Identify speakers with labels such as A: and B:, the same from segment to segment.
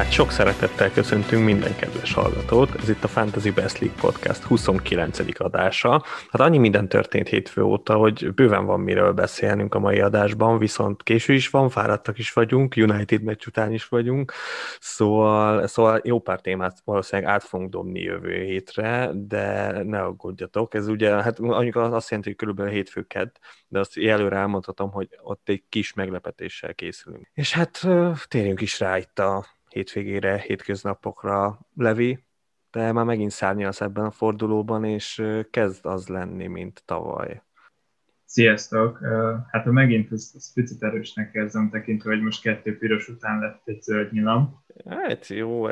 A: Sok szeretettel köszöntünk minden kedves hallgatót, ez itt a Fantasy Best League Podcast 29. adása. Hát annyi minden történt hétfő óta, hogy bőven van miről beszélnünk a mai adásban, viszont késő is van, fáradtak is vagyunk, United meccs után is vagyunk, szóval jó pár témát valószínűleg át fogunk dobni jövő hétre, de ne aggódjatok, ez ugye, hát azt jelenti, hogy körülbelül hétfő-kedd, de azt előre elmondhatom, hogy ott egy kis meglepetéssel készülünk. És hát térjünk is rá itt a hétvégére, hétköznapokra, Levi, de már megint szárnyalsz ebben a fordulóban, és kezd az lenni, mint tavaly.
B: Sziasztok! Hát ha megint ezt picit erősnek érzem, tekintve, hogy most 2 piros után lett egy zöld nyilam.
A: Hát jó,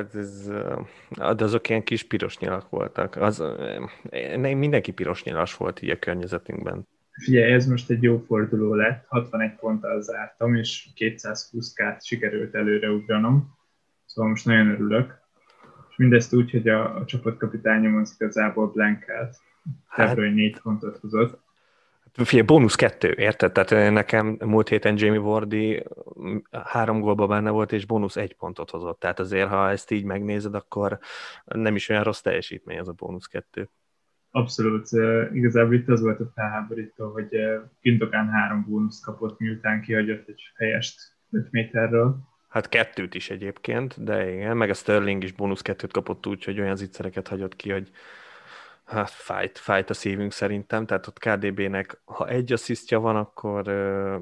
A: de azok ilyen kis piros nyilak voltak. Mindenki piros nyilas volt így a környezetünkben.
B: Figyelj, ez most egy jó forduló lett, 61 ponttal zártam, és 220k-t sikerült előreugranom, szóval most nagyon örülök. És mindezt úgy, hogy a csapatkapitányom az igazából blankelt, De Bruyne 4 pontot hozott.
A: Figyelj, bónusz 2, érted? Tehát nekem múlt héten Jamie Vardy 3 gólba benne volt, és bónusz 1 pontot hozott. Tehát azért, ha ezt így megnézed, akkor nem is olyan rossz teljesítmény az a bónusz 2.
B: Abszolút. Igazából itt az volt a felháborító, hogy Gündogan 3 bónusz kapott, miután kihagyott egy helyest 5 méterről.
A: Hát 2 is egyébként, de igen, meg a Sterling is bónusz 2 kapott úgy, hogy olyan zicsereket hagyott ki, hogy hát fájt a szívünk szerintem, tehát ott KDB-nek, ha egy asszisztja van, akkor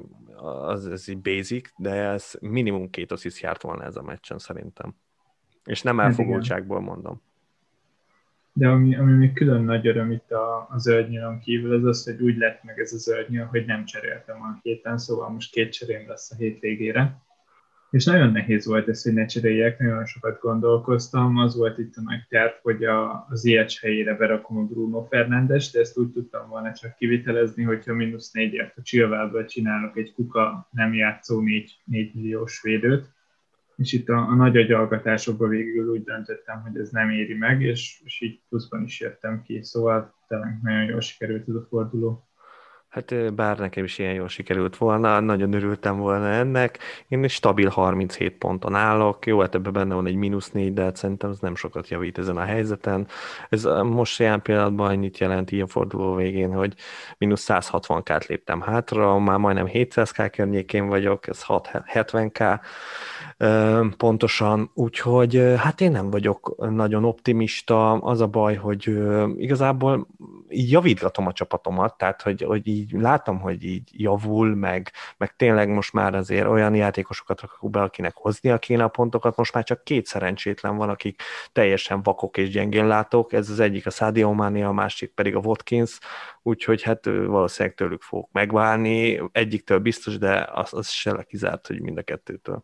A: ez így basic, de ez minimum 2 assziszt járt volna ez a meccsen szerintem. És nem elfogultságból mondom.
B: De ami még külön nagy öröm itt a zöld nyilon kívül, az az, hogy úgy lett meg ez a zöld nyil, hogy nem cseréltem a héten, szóval most 2 cserém lesz a hétvégére. És nagyon nehéz volt ez, hogy ne cseréljek, nagyon sokat gondolkoztam, az volt itt a nagy terv, hogy az Ziyech helyére berakom a Bruno Fernandes, de ezt úgy tudtam volna csak kivitelezni, hogyha -4-ért a Chilwellből csinálok egy kuka nem játszó 4 milliós védőt, és itt a nagy agyalgatásokban végül úgy döntöttem, hogy ez nem éri meg, és így pluszban is jöttem ki, szóval talán nagyon jól sikerült ez a forduló.
A: Hát bár nekem is ilyen jól sikerült volna, nagyon örültem volna ennek. Én is stabil 37 ponton állok, jó, hát ebben benne van egy -4, de hát szerintem ez nem sokat javít ezen a helyzeten. Ez most ilyen pillanatban annyit jelent ilyen forduló végén, hogy -160k-t léptem hátra, már majdnem 700k környékén vagyok, ez 70k pontosan, úgyhogy hát én nem vagyok nagyon optimista, az a baj, hogy igazából így javítgatom a csapatomat, tehát hogy így látom, hogy így javul, meg tényleg most már azért olyan játékosokat rakok be, akinek hoznia kéne a pontokat, most már csak 2 szerencsétlen van, akik teljesen vakok és gyengén látók, ez az egyik a Sadio Mané, a másik pedig a Watkins, úgyhogy hát valószínűleg tőlük fogok megválni, egyiktől biztos, de az se lekizárt, hogy mind a kettőtől.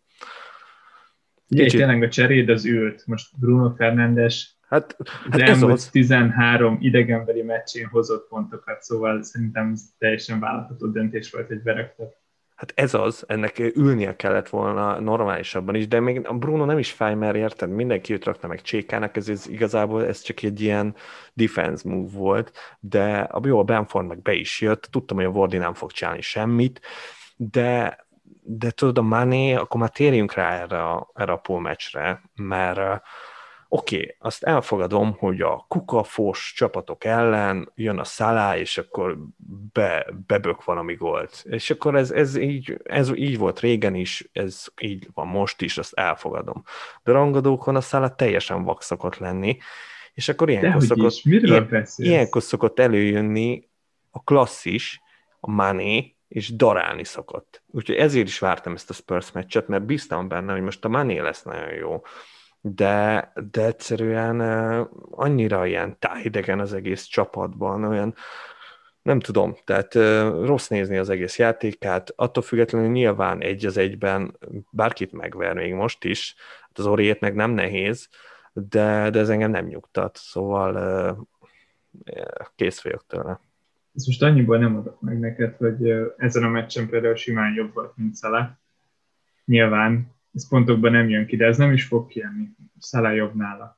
B: Tényleg a cseréd az ült. Most Bruno Fernandes
A: hát
B: elmúlt 13 idegenbeli meccsén hozott pontokat, szóval szerintem ez teljesen vállalható döntés volt, hogy beraktak.
A: Hát ez az, ennek ülnie kellett volna normálisabban is, de még a Bruno nem is fáj, mert érted, mindenki őt rakta meg Csékának, ez igazából ez csak egy ilyen defense move volt, de jó, a Benford meg be is jött, tudtam, hogy a Vardy nem fog csinálni semmit, de tudod, a Mané, akkor már térjünk rá erre a pool meccsre, mert oké, azt elfogadom, hogy a kukafos csapatok ellen jön a Salah, és akkor bebök valami gólt. És akkor ez így volt régen is, ez így van most is, azt elfogadom. De rangadókon a Salah teljesen vak szokott lenni, és akkor ilyenkor szokott előjönni a klasszis, a Mané, és darálni szokott. Úgyhogy ezért is vártam ezt a Spurs meccset, mert bíztam benne, hogy most a Mané lesz nagyon jó. De egyszerűen annyira ilyen tájidegen az egész csapatban, olyan nem tudom, tehát rossz nézni az egész játékát, attól függetlenül nyilván 1-1 bárkit megver még most is, hát az Oriét meg nem nehéz, de ez engem nem nyugtat, szóval kész vagyok tőle.
B: Ezt most annyiból nem adok meg neked, hogy ezen a meccsen például simán jobb volt, mint Salah. Nyilván ez pontokban nem jön ki, de ez nem is fog kijönni. Salah jobb nála.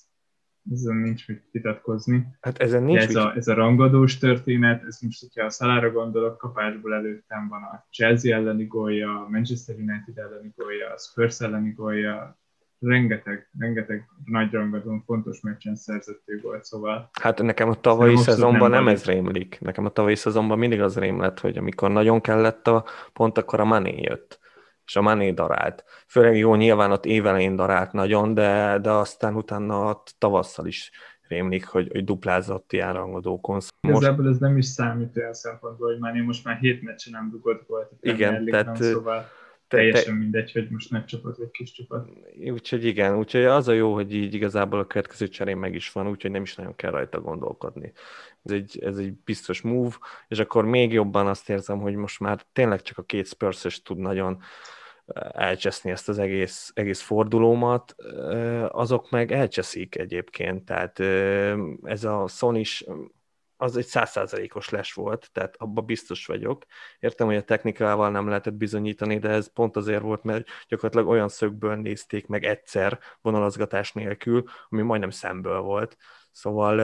B: Ezen nincs mit vitatkozni.
A: Hát ezen nincs
B: ez a rangadós történet, ez most, hogyha a Salahra gondolok, kapásból előttem van a Chelsea elleni gólja, a Manchester United elleni gólja, a Spurs elleni gólja, rengeteg nagy rangadón fontos meccsen szerzett ő volt, szóval
A: Hát nekem a tavalyi
B: szerintem abszolút
A: szezonban
B: nem
A: nem ez
B: valid.
A: rémlik. Nekem a tavalyi szezonban mindig az rém lett, hogy amikor nagyon kellett a pont, akkor a Mané jött. És a Mané darált. Főleg jó, nyilván ott évelején darált nagyon, de aztán utána ott tavasszal is rémlik, hogy duplázott ilyen rangadókon. Most
B: Igazából ez nem is számít olyan szempontból, hogy már én most már 7 meccsen nem dugott volt a Premier
A: igen, tehát
B: League-ben, szóval
A: te,
B: teljesen mindegy, hogy most nagy csapat vagy kis csapat.
A: úgyhogy igen, úgyhogy az a jó, hogy így igazából a következő cserén meg is van, úgyhogy nem is nagyon kell rajta gondolkodni. Ez egy biztos move, és akkor még jobban azt érzem, hogy most már tényleg csak a két Spurs tud nagyon elcseszni ezt az egész fordulómat, azok meg elcseszik egyébként, tehát ez a Son is az egy 100%-os les volt, tehát abban biztos vagyok. Értem, hogy a technikával nem lehetett bizonyítani, de ez pont azért volt, mert gyakorlatilag olyan szögből nézték meg egyszer vonalazgatás nélkül, ami majdnem szemből volt. Szóval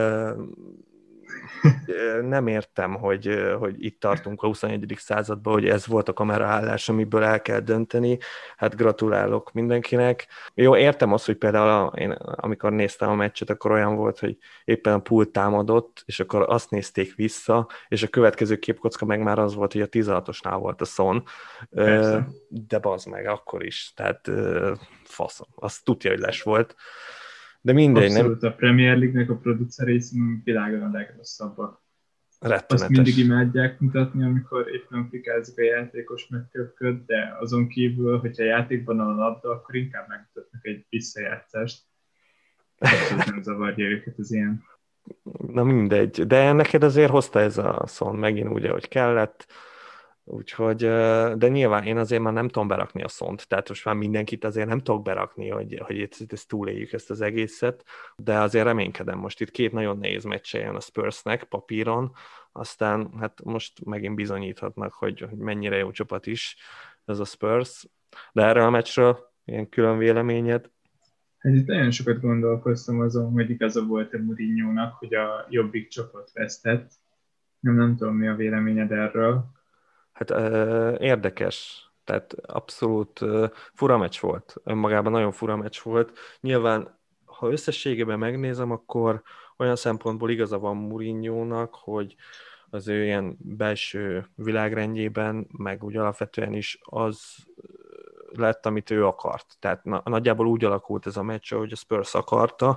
A: nem értem, hogy itt tartunk a 21. században, hogy ez volt a kameraállás, amiből el kell dönteni. Hát gratulálok mindenkinek. Jó, értem azt, hogy például én, amikor néztem a meccset, akkor olyan volt, hogy éppen a pult támadott, és akkor azt nézték vissza, és a következő képkocka meg már az volt, hogy a 16-osnál volt a Son.
B: Persze.
A: De bazd meg, akkor is. Tehát faszom. Az tudja, hogy les volt. De mindegy, nem
B: Abszolút a Premier League-nek a producerei szerintem világon a legrosszabbak. Azt mindig
A: rettenetes.
B: imádják mutatni, amikor éppen fikázik a játékos megköpköd, de azon kívül, hogyha játékban a labda, akkor inkább megmutatnak egy visszajátszást. Abszolút nem zavarja őket az ilyen.
A: Na mindegy, de neked azért hozta ez a Son megint úgy, hogy kellett, úgyhogy, de nyilván én azért már nem tudom berakni a Szont, tehát most már mindenkit azért nem tudok berakni, hogy ezt túléljük ezt az egészet, de azért reménykedem, most itt két nagyon nehéz meccse jön a Spursnek papíron, aztán hát most megint bizonyíthatnak, hogy mennyire jó csapat is ez a Spurs, de erről a meccsről ilyen külön véleményed?
B: Hát itt nagyon sokat gondolkoztam azon, hogy igaza volt-e Mourinho-nak, hogy a Jobbik csapat vesztett. Nem tudom, mi a véleményed erről.
A: Hát érdekes, tehát abszolút fura meccs volt, önmagában nagyon fura meccs volt. Nyilván, ha összességében megnézem, akkor olyan szempontból igaza van Mourinho-nak, hogy az ő ilyen belső világrendjében, meg úgy alapvetően is az lett, amit ő akart. Tehát nagyjából úgy alakult ez a meccs, ahogy a Spurs akarta.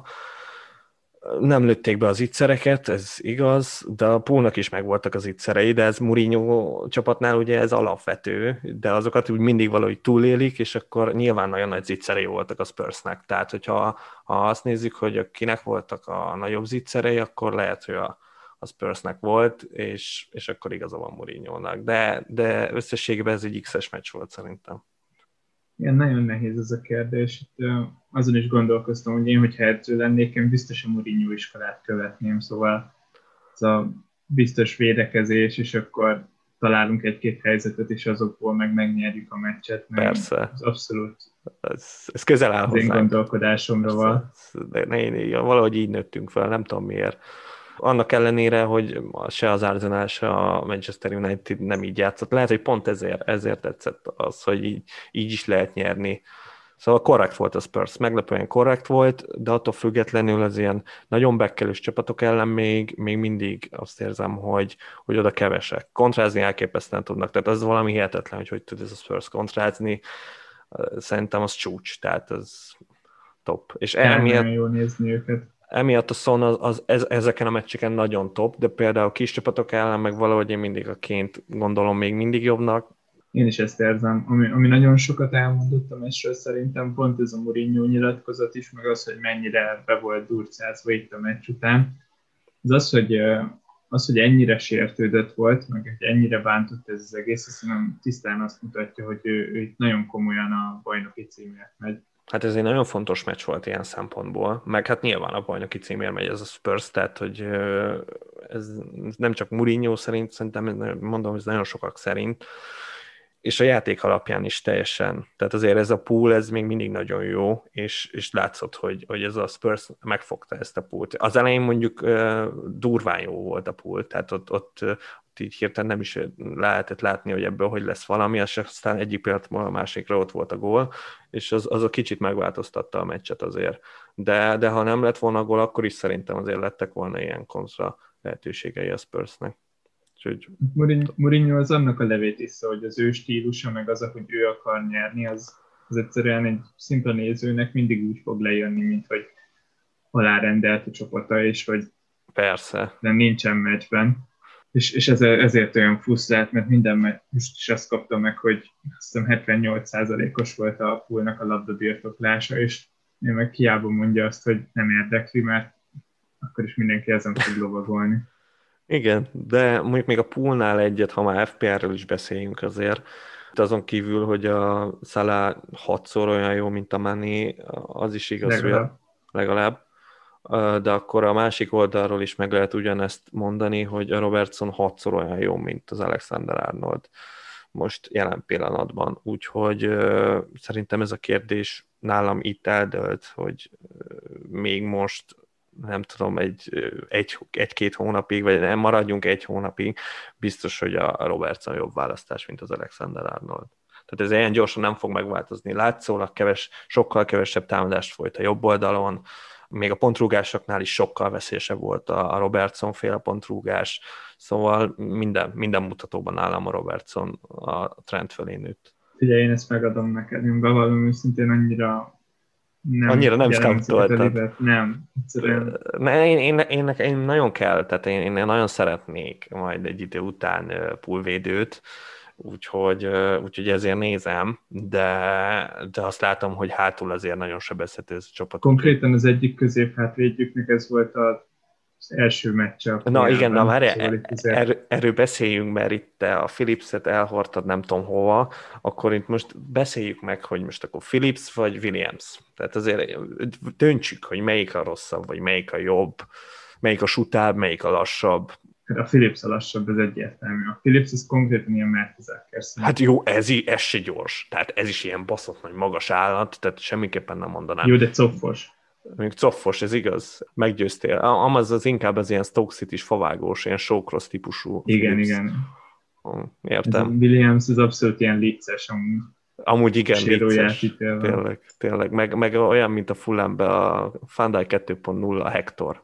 A: Nem lőtték be az ittszereket, ez igaz, de a Poolnak is megvoltak az ittszerei, de ez Mourinho csapatnál ugye ez alapvető, de azokat úgy mindig valahogy túlélik, és akkor nyilván nagyon nagy zicserei voltak a Spursnek. Tehát, ha azt nézzük, hogy kinek voltak a nagyobb zicserei, akkor lehet, hogy a Spursnek volt, és akkor igaza van Mourinho-nak. De összességében ez egy X-es meccs volt szerintem.
B: Igen, nagyon nehéz ez a kérdés. Itt, azon is gondolkoztam, hogy én, hogyha edző lennék, én biztos a Mourinho iskolát követném, szóval ez a biztos védekezés, és akkor találunk egy-két helyzetet, és azokból meg megnyerjük a meccset, meg
A: Persze,
B: az abszolút
A: ez közel áll
B: az én
A: hozzánk.
B: gondolkodásomra
A: Persze,
B: van.
A: de valahogy így nőttünk fel, nem tudom miért. Annak ellenére, hogy se az Arsenal, se a Manchester United nem így játszott. Lehet, hogy pont ezért tetszett az, hogy így is lehet nyerni. Szóval korrekt volt a Spurs, meglepően korrekt volt, de attól függetlenül az ilyen nagyon bekkelős csapatok ellen még mindig azt érzem, hogy oda kevesek. Kontrázni elképesztően tudnak, tehát az valami hihetetlen, hogy tud ez a Spurs kontrázni. Szerintem az csúcs, tehát az top. És
B: Tényleg nagyon
A: emiatt
B: jól nézni őket.
A: emiatt a Son ezeken a meccseken nagyon top, de például kis csapatok ellen meg valahogy én mindig a ként gondolom még mindig jobbnak.
B: Én is ezt érzem. Ami nagyon sokat elmondott a meccsről, szerintem pont ez a Mourinho nyilatkozat is, meg az, hogy mennyire be volt durcázva itt a meccs után. Az, hogy ennyire sértődött volt, meg hogy ennyire bántott ez az egész, azt hiszem tisztán azt mutatja, hogy ő itt nagyon komolyan a bajnoki címért megy.
A: Hát ez egy nagyon fontos meccs volt ilyen szempontból, meg hát nyilván a bajnoki címért megy ez a Spurs, tehát hogy ez nem csak Mourinho szerint, szerintem mondom, ez nagyon sokak szerint, és a játék alapján is teljesen. Tehát azért ez a pool, ez még mindig nagyon jó, és látszott, hogy ez a Spurs megfogta ezt a poolt. Az elején mondjuk durván jó volt a pool, tehát ott így hirtelen nem is lehetett látni, hogy ebből hogy lesz valami, és aztán egyik pillanatban a másikra ott volt a gól, és az a kicsit megváltoztatta a meccset azért. De ha nem lett volna a gól, akkor is szerintem azért lettek volna ilyen kontra lehetőségei a Spursnek. Úgyhogy...
B: Mourinho az annak a levét iszza, hogy az ő stílusa, meg az, hogy ő akar nyerni, az egyszerűen egy szimpla nézőnek mindig úgy fog lejönni, mint hogy alárendelt a csapata, és hogy
A: Persze.
B: de nincsen meccsben. És ezért olyan frusztrált, mert minden meccs most is azt kapta meg, hogy azt hiszem 78%-os volt a Poolnak a labdabirtoklása, és én meg hiába mondja azt, hogy nem érdekli, mert akkor is mindenki ezen fog lovagolni.
A: Igen, de mondjuk még a Poolnál egyet, ha már FPR-ről is beszéljünk azért, de azon kívül, hogy a Salah 6-szor olyan jó, mint a Mané, az is igaz, legalább. De akkor a másik oldalról is meg lehet ugyanezt mondani, hogy a Robertson 6-szor olyan jó, mint az Alexander-Arnold most jelen pillanatban. Úgyhogy szerintem ez a kérdés nálam itt eldölt, hogy még most nem tudom, egy-két hónapig, vagy nem maradjunk egy hónapig, biztos, hogy a Robertson jobb választás, mint az Alexander-Arnold. Tehát ez ilyen gyorsan nem fog megváltozni. Látszólag sokkal kevesebb támadást folyt a jobb oldalon, még a pontrúgásoknál is sokkal veszélyesebb volt a Robertson féle pontrúgás, szóval minden mutatóban nálam a Robertson a trend fölé nőtt.
B: Ugye én ezt megadom neked, én bevallom őszintén
A: annyira nem
B: scoutoltad. Nem, egyszerűen.
A: Én nagyon kell, tehát én nagyon szeretnék majd egy idő után poolvédőt, úgyhogy ezért nézem, de azt látom, hogy hátul azért nagyon sebezhető ez a csapat.
B: Konkrétan az egyik középhátvédjüknek ez volt az első meccse.
A: Na igen, na már erről beszéljünk, mert itt a Phillipset elhordtad nem tudom hova, akkor itt most beszéljük meg, hogy most akkor Phillips vagy Williams. Tehát azért döntsük, hogy melyik a rosszabb, vagy melyik a jobb, melyik a sutább, melyik a lassabb.
B: Hát a Phillips a lassabb, ez egyértelmű. A Phillips az konkrétan ilyen Mertesacker.
A: Hát jó, ez se gyors. Tehát ez is ilyen baszott nagy magas állat, tehát semmiképpen nem mondanám.
B: Jó, de coffos.
A: Még coffos, ez igaz. Meggyőztél. Amaz az inkább az ilyen Stoke City-s favágós, ilyen showcross típusú.
B: Igen,
A: Phillips.
B: igen.
A: Értem.
B: Ez Williams az abszolút ilyen licces amúgy.
A: Amúgy igen, vicces. Tényleg. Meg olyan, mint a Fulhambe a Fandai 2.0 a Hector.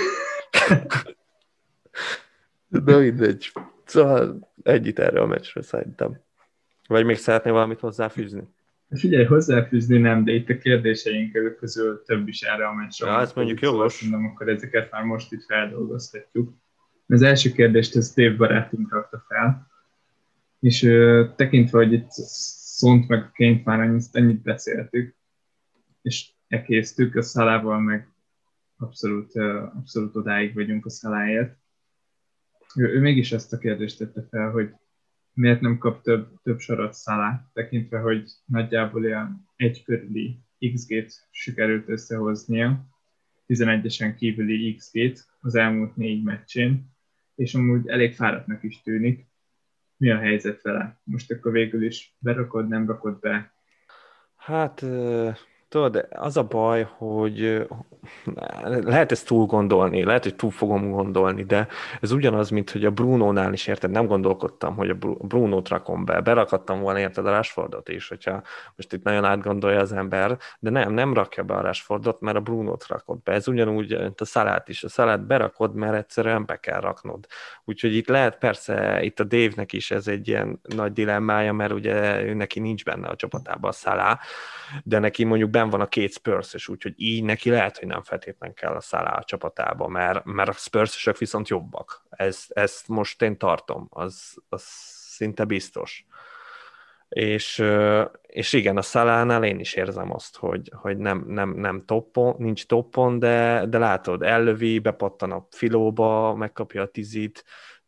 A: De mindegy. Szóval együtt erről a meccsről szerintem. Vagy még szeretnél valamit hozzáfűzni?
B: Figyelj, hozzáfűzni nem, de itt a kérdéseink közül több is erre a meccsre.
A: Ja, ezt mondjuk jogos.
B: Szóval akkor ezeket már most itt feldolgoztatjuk. Az első kérdést ez Dave barátunk rakta fel, és tekintve, hogy itt Szont meg Ként már ennyit beszéltük, és ekésztük, a Salával meg abszolút odáig vagyunk a Saláért. Ő mégis ezt a kérdést tette fel, hogy miért nem kap több sarat Salah, tekintve, hogy nagyjából olyan egy körüli XG-t sikerült összehoznia, 11-esen kívüli XG-t az elmúlt 4 meccsén, és amúgy elég fáradtnak is tűnik. Mi a helyzet vele? Most akkor végül is berakod, nem rakod be?
A: Hát, tudod, az a baj, hogy lehet ezt túl gondolni, lehet, hogy túl fogom gondolni, de ez ugyanaz, mint hogy a Brunónál is, érted, nem gondolkodtam, hogy a Brunót rakom be, berakadtam volna, érted, a Rashfordot is, hogyha most itt nagyon átgondolja az ember, de nem rakja be a Rashfordot, mert a Brunót rakod be. Ez ugyanúgy, mint a Salát is. A Salát berakod, mert egyszerűen be kell raknod. Úgyhogy itt lehet, persze, itt a Dave-nek is ez egy ilyen nagy dilemmája, mert ugye ő neki nincs benne a csapatában a Salah, de neki mondjuk benn van a két Spurs-ös, úgyhogy így neki lehet, hogy nem feltétlenül kell a Salah a csapatába, mert a Spurs-ösök viszont jobbak. Ezt most én tartom, az szinte biztos. És igen, a Salahnál én is érzem azt, hogy nem toppon, nincs toppon, de látod, ellövi, bepattan a filóba, megkapja a tizit,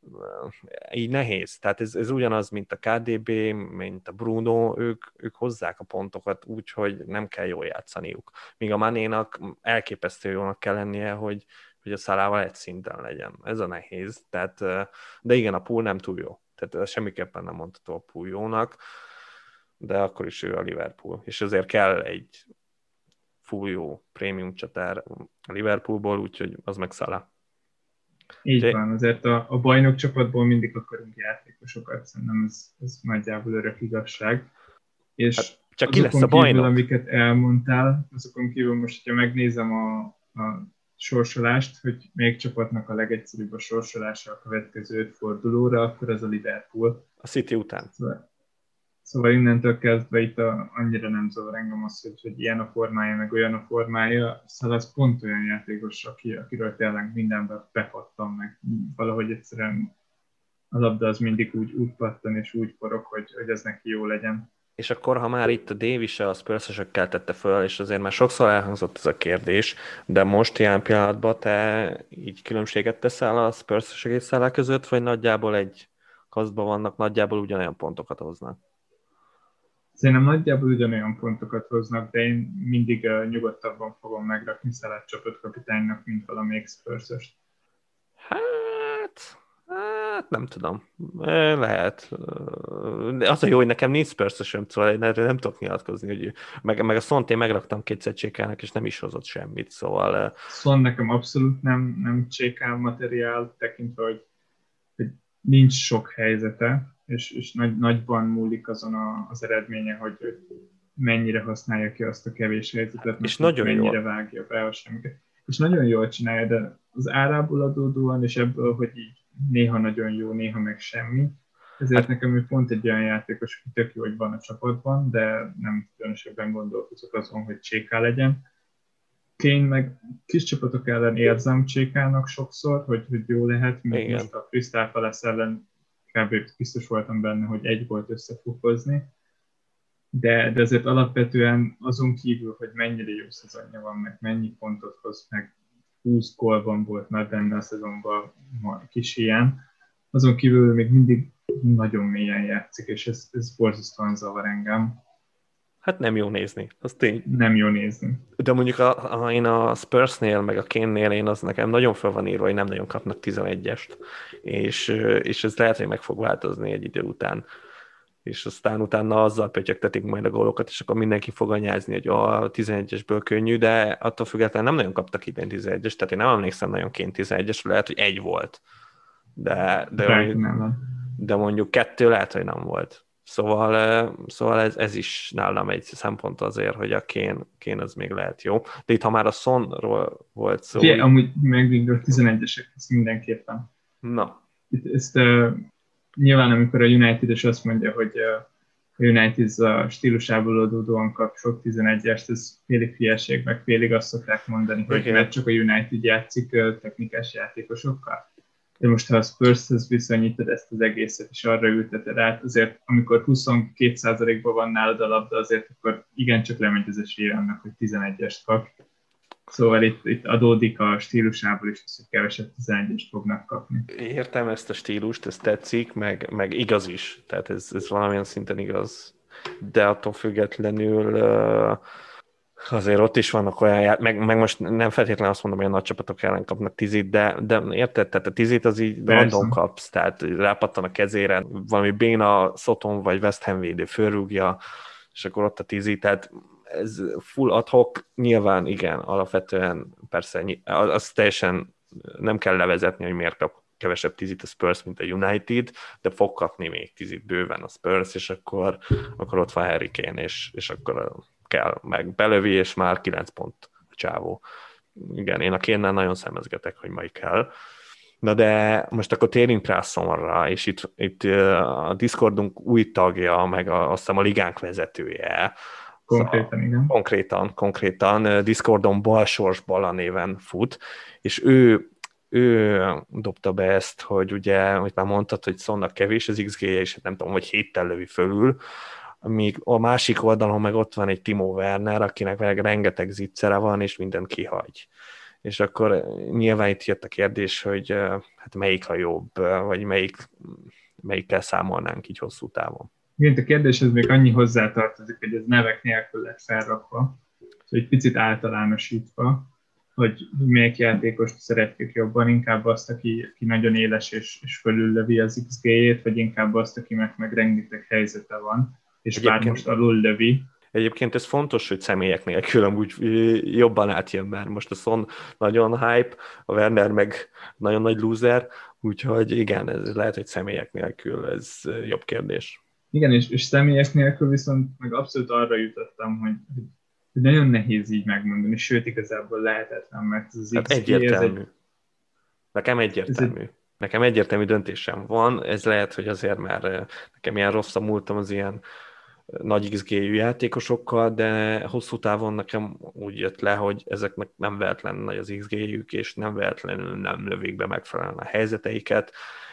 A: így nehéz. Tehát ez ugyanaz, mint a KDB, mint a Bruno, ők hozzák a pontokat úgy, hogy nem kell jól játszaniuk. Míg a Manénak elképesztő jónak kell lennie, hogy a Salahval egy szinten legyen. Ez a nehéz. Tehát, de igen, a pool nem túl jó. Tehát semmiképpen nem mondható a pool jónak, de akkor is ő a Liverpool. És azért kell egy full jó prémium csatár a Liverpoolból, úgyhogy az meg Salah.
B: Így
A: Ugye,
B: van, azért a bajnok csapatból mindig akarunk játékosokat, szerintem ez nagyjából örök igazság. És
A: hát csak ki lesz a
B: azokon kívül,
A: bajnok?
B: amiket elmondtál, azokon kívül most, hogyha megnézem a sorsolást, hogy melyik csapatnak a legegyszerűbb a sorsolása a következő 5 fordulóra, akkor ez a Liverpool.
A: A City után.
B: Szóval innentől kezdve itt annyira nem zavar engem az, hogy ilyen a formája, meg olyan a formája. Szóval az pont olyan játékos, akiről tényleg mindenben bepattan, meg valahogy egyszerűen a labda az mindig úgy pattan és úgy forog, hogy ez neki jó legyen.
A: És akkor, ha már itt a Davis a Spurs-ösökkel tette föl, és azért már sokszor elhangzott ez a kérdés, de most ilyen pillanatban te így különbséget teszel a Spurs-ösök és Salah között, vagy nagyjából egy kasztban vannak, nagyjából ugyanolyan pontokat hoznak?
B: Szerintem nagyjából ugyanolyan pontokat hoznak, de én mindig nyugodtabban fogom megrakni Salah csapatkapitánynak, mint valamelyik Spurs-öst.
A: Hát, hát nem tudom. Lehet. De az a jó, hogy nekem nincs Spurs-ösöm, szóval én erről nem tudok nyilatkozni, hogy meg a Szont én megraktam kétszer Csékának, és nem is hozott semmit, szóval
B: Son nekem abszolút nem csékál materiál, tekintve, hogy nincs sok helyzete, és nagyban múlik azon az eredménye, hogy mennyire használja ki azt a kevés helyzetet, meg
A: és
B: hogy
A: nagyon
B: mennyire
A: jól.
B: vágja be a semmiket. És nagyon jól csinálja, de az árából adódóan, és ebből, hogy így néha nagyon jó, néha meg semmi, ezért
A: Hát
B: nekem ő pont egy olyan játékos, hogy tök jó, hogy van a csapatban, de nem különösebben gondolkozok azon, hogy cséká legyen. Kane meg kis csapatok ellen érzem Csékának sokszor, hogy jó lehet, mint
A: igen.
B: most a Crystal Palace ellen kb. Biztos voltam benne, hogy egy volt össze fog hozni, de azért alapvetően azon kívül, hogy mennyire jó szezonja van, meg mennyi pontot hoz, meg 20 gólban volt már benne a szezonban kis ilyen, azon kívül még mindig nagyon mélyen játszik, és ez borzasztóan zavar engem.
A: Hát nem jó nézni, az tény.
B: Nem jó nézni.
A: De mondjuk én a Spursnél, meg a Kane-nél, én az nekem nagyon fel van írva, hogy nem nagyon kapnak 11-est, és ez lehet, hogy meg fog változni egy idő után. És aztán utána azzal pötyögtetik majd a gólokat, és akkor mindenki fog anyázni, hogy a 11-esből könnyű, de attól függetlenül nem nagyon kaptak idén 11-est, tehát én nem emlékszem nagyon Kane 11-es, lehet, hogy egy volt. De, de,
B: Brighton
A: mondjuk,
B: ellen.
A: de mondjuk kettő lehet, hogy nem volt. Szóval ez is nálam egy szempont azért, hogy a Kane az még lehet jó. De itt, ha már a Sonról volt szó,
B: Amúgy megvívni a 11-esek, ezt mindenképpen.
A: na,
B: Ezt nyilván, amikor a United-es azt mondja, hogy a United a stílusából adódóan kap sok 11-est, ez félig hülyeség, meg félig azt szokták mondani, hogy
A: igen.
B: mert csak a United játszik technikás játékosokkal. De most, ha a Spurs-hez viszonyítod ezt az egészet, és arra ülteted át, azért amikor 22%-ban van nálad a labda, azért akkor igencsak lemegy az esélye annak, hogy 11-est kap. Szóval itt adódik a stílusából is, hogy kevesebb 11-est fognak kapni.
A: Értem ezt a stílust, ez tetszik, meg igaz is. Tehát ez valamilyen szinten igaz. De attól függetlenül azért ott is vannak olyan, meg most nem feltétlenül azt mondom, hogy a nagy csapatok ellen kapnak 10-it, de érted? Tehát a 10-it az így
B: Persze.
A: random kapsz, tehát rápattan a kezére, valami béna Soton vagy West Ham védő fölrúgja, és akkor ott a 10-it, tehát ez full ad-hoc, nyilván igen, alapvetően persze, az teljesen nem kell levezetni, hogy miért kap kevesebb 10-it a Spurs, mint a United, de fog kapni még 10-it bőven a Spurs, és akkor ott van Harry Kane, és akkor kell, meg belövi, és már 9 pont a csávó. Igen, én a Kane-nel nagyon szemezgetek, hogy majd kell. Na de most akkor térjünk rá Sonra, és itt a Discordunk új tagja, meg azt hiszem a ligánk vezetője.
B: Konkrétan, igen.
A: Konkrétan Discordon Balsors Bala néven fut, és ő dobta be ezt, hogy ugye, hogy már mondtad, hogy Sonnak kevés az XG-je, és nem tudom, hogy 7-tel lövi fölül, míg a másik oldalon meg ott van egy Timo Werner, akinek rengeteg zicsere van, és mindent kihagy. És akkor nyilván itt jött a kérdés, hogy hát melyik a jobb, vagy melyikkel számolnánk így hosszú távon.
B: Igen, a kérdéshez még annyi hozzátartozik, hogy ez nevek nélkül lett felrakva, szóval egy picit általánosítva, hogy melyik játékost szeretjük jobban, inkább azt, aki nagyon éles és fölüllövi az XG-jét, vagy inkább azt, akinek meg rengeteg helyzete van, és bár most alul lövi.
A: Egyébként ez fontos, hogy személyek nélkül amúgy jobban átjön, mert most a Son nagyon hype, a Werner meg nagyon nagy loser, úgyhogy igen, ez lehet, hogy személyek nélkül ez jobb kérdés.
B: Igen, és személyek nélkül viszont meg abszolút arra jutottam, hogy nagyon nehéz így megmondani, sőt igazából lehetetlen, mert az
A: Hát
B: XG, ez
A: egyértelmű. Nekem
B: ez egy,
A: egyértelmű. Nekem egyértelmű döntésem van, ez lehet, hogy azért, mert nekem ilyen rossz a múltam az ilyen nagy XG-jű játékosokkal, de hosszú távon nekem úgy jött le, hogy ezeknek nem véletlenül nagy az XG-jük, és nem véletlenül nem lövik be megfelelően a helyzeteiket,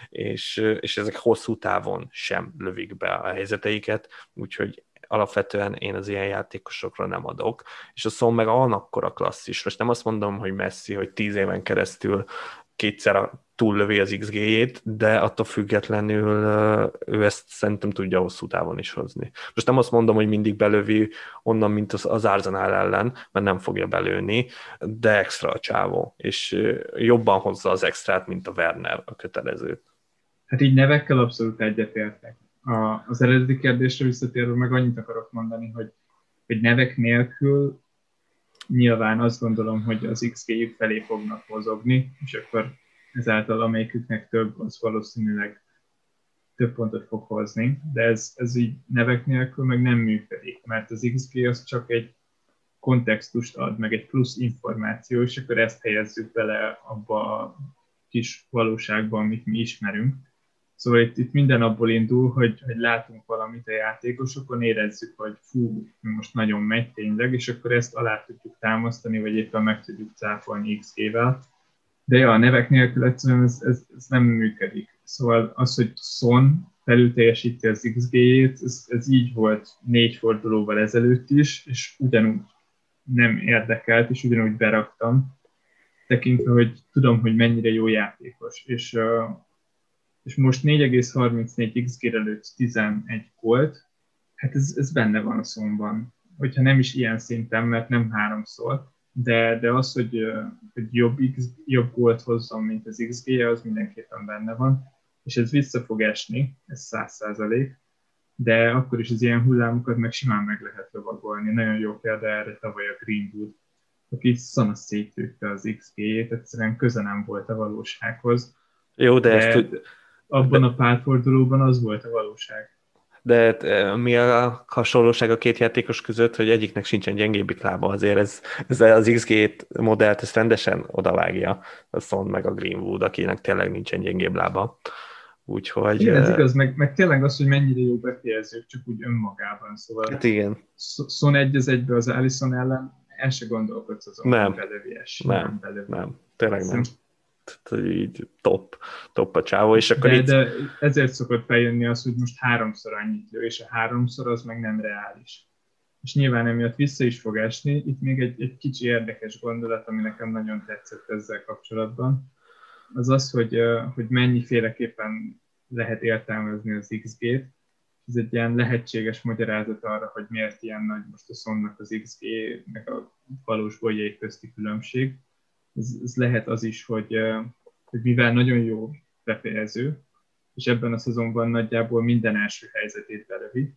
A: és ezek hosszú távon sem lövik be a helyzeteiket, úgyhogy alapvetően én az ilyen játékosokra nem adok, és a Son meg annakkora klasszis. Most nem azt mondom, hogy Messi, hogy 10 éven keresztül kétszer túllövi az XG-jét, de attól függetlenül ő ezt szerintem tudja hosszú távon is hozni. Most nem azt mondom, hogy mindig belövi onnan, mint az Arsenal ellen, mert nem fogja belőni, de extra a csávó, és jobban hozza az extrát, mint a Werner a kötelezőt.
B: hát így nevekkel abszolút egyetértek. Az eredeti kérdésre visszatérve meg annyit akarok mondani, hogy nevek nélkül nyilván azt gondolom, hogy az XG felé fognak mozogni, és akkor ezáltal amelyiküknek több, az valószínűleg több pontot fog hozni, de ez így nevek nélkül meg nem működik, mert az XG az csak egy kontextust ad, meg egy plusz információ, és akkor ezt helyezzük bele abba a kis valóságba, amit mi ismerünk. Szóval itt minden abból indul, hogy látunk valamit a játékosokon, érezzük, hogy fú, most nagyon megy tényleg, és akkor ezt alá tudjuk támasztani, vagy éppen meg tudjuk cáfolni XG-vel. De ja, a nevek nélkül egyszerűen ez nem működik. Szóval az, hogy Son felül teljesíti az XG-jét, ez így volt 4 fordulóval ezelőtt is, és ugyanúgy nem érdekelt, és ugyanúgy beraktam, tekintve, hogy tudom, hogy mennyire jó játékos. És most 4,34 XG-re lőtt 11 gólt, hát ez benne van a Sonban. Hogyha nem is ilyen szinten, mert nem háromszor, de az, hogy jobb gólt hozzon, mint az XG-je, az mindenképpen benne van, és ez vissza fog esni, ez 100%, de akkor is az ilyen hullámokat meg simán meg lehet lovagolni. Nagyon jó példa erre tavaly a Greenwood, aki szana szétlőtte az XG-jét, egyszerűen köze nem volt a valósághoz,
A: Jó, de ezt
B: de abban a párfordulóban az volt a valóság.
A: De mi a hasonlóság a két játékos között, hogy egyiknek sincsen gyengébbik lába, azért ez az XG modellt ezt rendesen odavágja a Son meg a Greenwood, akinek tényleg nincsen gyengébb lába. Úgyhogy...
B: Igen, ez igaz, meg tényleg az, hogy mennyire jó befejezők, csak úgy önmagában.
A: Hát
B: Szóval
A: igen.
B: Son egy az egybe az Alisson ellen, el se gondolkodsz azon, hogy belövi,
A: Nem,
B: belövi.
A: nem, tényleg nem. Tehát, így top a csávó, és akkor
B: de ezért szokott feljönni az, hogy most háromszor annyit lő, és a háromszor az meg nem reális. És nyilván emiatt vissza is fog esni. Itt még egy kicsi érdekes gondolat, ami nekem nagyon tetszett ezzel kapcsolatban, az az, hogy mennyiféleképpen lehet értelmezni az XG-t. Ez egy ilyen lehetséges magyarázat arra, hogy miért ilyen nagy most a Sonnak az XG, meg a valós góljai közti különbség. Ez lehet az is, hogy mivel nagyon jó befejező, és ebben a szezonban nagyjából minden első helyzetét belövi,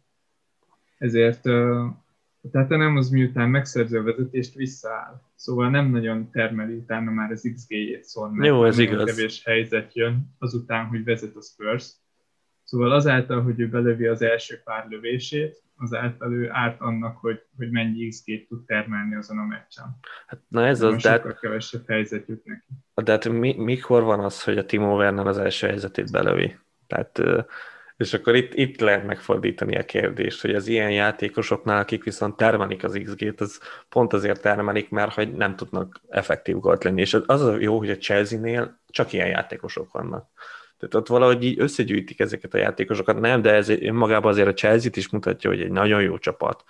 B: ezért tehát nem az miután megszerző a vezetést visszaáll. Szóval nem nagyon termeli utána már az XG-jét Son, mert
A: jó, ez
B: nagyon
A: igaz.
B: kevés helyzet jön azután, hogy vezet a Spurs. Szóval azáltal, hogy ő belövi az első pár lövését, azáltal ő árt annak, hogy mennyi XG-t tud termelni azon a meccsen.
A: Hát, na ez az,
B: sokkal kevesebb helyzet jut neki.
A: De hát mikor van az, hogy a Timo Werner az első helyzetét belövi? Tehát, és akkor itt lehet megfordítani a kérdést, hogy az ilyen játékosoknál, akik viszont termelik az XG-t, az pont azért termelik, mert hogy nem tudnak effektív gólt lenni. És az a jó, hogy a Chelsea-nél csak ilyen játékosok vannak. Tehát ott valahogy így összegyűjtik ezeket a játékosokat. Nem, de ez önmagában azért a Chelsea-t is mutatja, hogy egy nagyon jó csapat.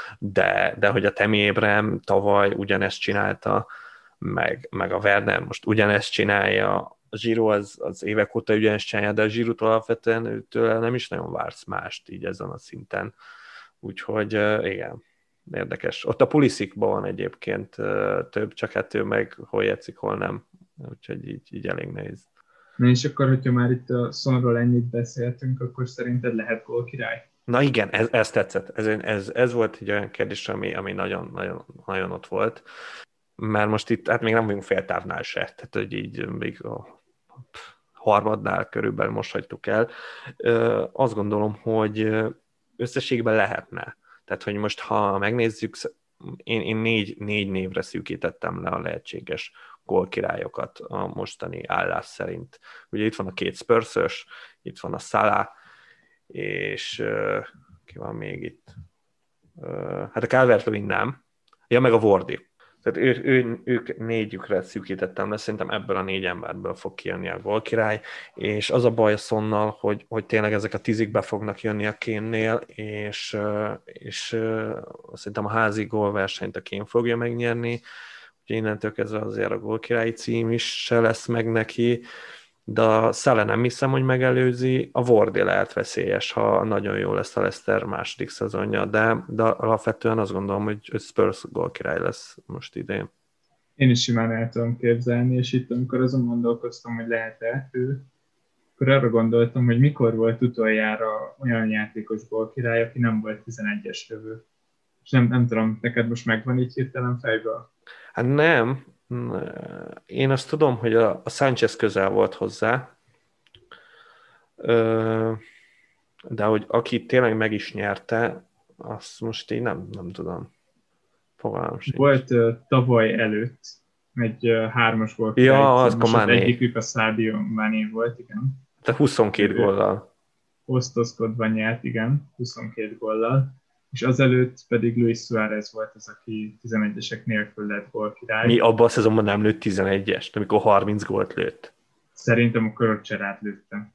A: De hogy a Tammy Abraham tavaly ugyanezt csinálta, meg a Werner most ugyanezt csinálja, a Giroud az évek óta ugyanezt csinálja, de a Giroud alapvetően őtől nem is nagyon vársz mást így ezen a szinten. Úgyhogy igen, érdekes. Ott a Pulisicban van egyébként több, csak hát ő meg hol játszik, hol nem. Úgyhogy így elég nehéz.
B: Na és akkor, hogyha már itt a Sonról ennyit beszéltünk, akkor szerinted lehet gól király?
A: Na igen, ez tetszett. Ez volt egy olyan kérdés, ami nagyon, nagyon, nagyon ott volt. Mert most itt, hát még nem vagyunk féltávnál se, tehát hogy így még a harmadnál körülbelül most hagytuk el. Azt gondolom, hogy összességben lehetne. Tehát, hogy most ha megnézzük, én négy névre szűkítettem le a lehetséges gólkirályokat a mostani állás szerint. Ugye itt van a két Spurs-ös, itt van a Salah, és ki van még itt? Hát a Calvert-Lewin nem. Ja, meg a Wardy. Tehát ők négyükre szűkítettem le, szerintem ebből a négy emberből fog kijönni a gólkirály, és az a baj a Sonnal, hogy tényleg ezek a tízikbe fognak jönni a Kane-nél, és szerintem a házi gólversenyt a Kane fogja megnyerni, úgyhogy innentől kezdve azért a gólkirályi cím is se lesz meg neki, de a Salah nem hiszem, hogy megelőzi, a Wardy lehet veszélyes, ha nagyon jó lesz a Leicester második szezonja, de alapvetően azt gondolom, hogy Spurs gólkirály lesz most idén.
B: Én is simán el tudom képzelni, és itt amikor azon gondolkoztam, hogy lehet-e ő, akkor arra gondoltam, hogy mikor volt utoljára olyan játékos gólkirály, aki nem volt 11-es jövő. És nem tudom, neked most megvan így hirtelen fejből?
A: Hát nem. Én azt tudom, hogy a Sánchez közel volt hozzá, de hogy aki tényleg meg is nyerte, azt most így nem tudom. Fogalmam sincs.
B: Volt tavaly előtt egy hármas volt.
A: Ja, az
B: most az
A: Mané.
B: egyikük a Sadio Mané volt, igen.
A: Tehát 22 góllal.
B: Osztozkodva nyert, igen, 22 góllal. És azelőtt pedig Luis Suárez volt az, aki 11-esek nélkül lett gólkirály.
A: Mi abban a szezonban nem lőtt 11-est, amikor 30 gólt lőtt.
B: Szerintem a Köröcserát lőttem.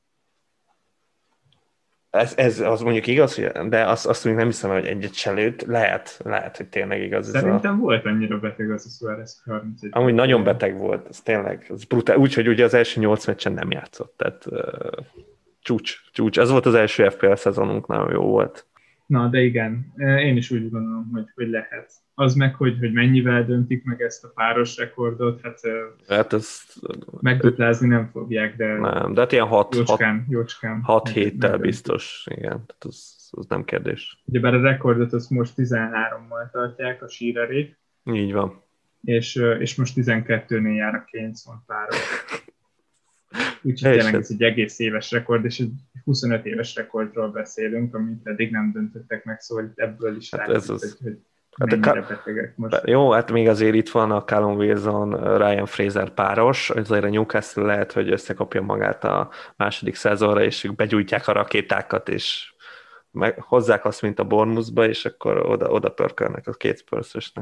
A: Ez az mondjuk igaz, de azt mondjuk nem hiszem, hogy egyet se lőtt. Lehet, hogy tényleg igaz.
B: Szerintem volt annyira beteg az a Suárez 31.
A: Amúgy nagyon beteg volt, ez tényleg, ez brutál. Úgyhogy ugye az első 8 meccsen nem játszott, tehát csúcs. Ez volt az első FPL szezonunk, nagyon jó volt.
B: Na, de igen, én is úgy gondolom, hogy lehet. Az meg, hogy mennyivel döntik meg ezt a páros rekordot,
A: hát ez,
B: megduplázni nem fogják, de,
A: nem, de hát ilyen 6 héttel biztos, igen, tehát az nem kérdés.
B: Ugyebár a rekordot azt most 13-mal tartják a Shearerék.
A: Így van.
B: És most 12-nél jár a Kane páros. Úgyhogy tényleg ez egy egész éves rekord, és egy 25 éves rekordról beszélünk, amit eddig nem döntöttek meg, szóval ebből is
A: hát
B: látjuk, hogy mennyire betegek most.
A: Jó, hát még azért itt van a Callum Wilson, Ryan Fraser páros, azért a Newcastle lehet, hogy összekapja magát a második szezonra, és ők begyújtják a rakétákat, és hozzák azt, mint a Bournemouthba, és akkor oda pörkölnek a két Spurs-ösnek.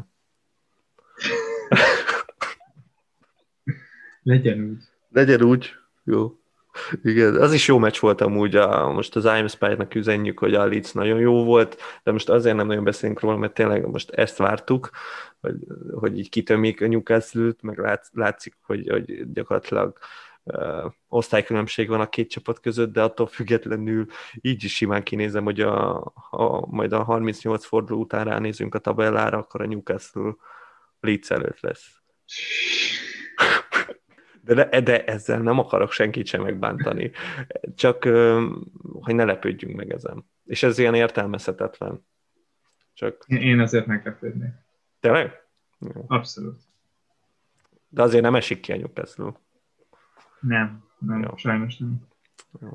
B: Legyen úgy.
A: Jó. Igen, az is jó meccs volt amúgy, most az I'm Spy-nak üzenjük, hogy a Leeds nagyon jó volt, de most azért nem nagyon beszélünk róla, mert tényleg most ezt vártuk, hogy így kitömik a Newcastle-t, meg látszik, hogy gyakorlatilag osztálykülönbség van a két csapat között, de attól függetlenül így is simán kinézem, hogy majd a 38 forduló után ránézünk a tabellára, akkor a Newcastle Leeds előtt lesz. De ezzel nem akarok senkit sem megbántani, csak hogy ne lepődjünk meg ezen. És ez ilyen értelmezhetetlen. Csak...
B: Én azért meglepődnék.
A: Tényleg?
B: Abszolút.
A: De azért nem esik ki a Newcastle.
B: Nem, jó. Sajnos nem. Jó.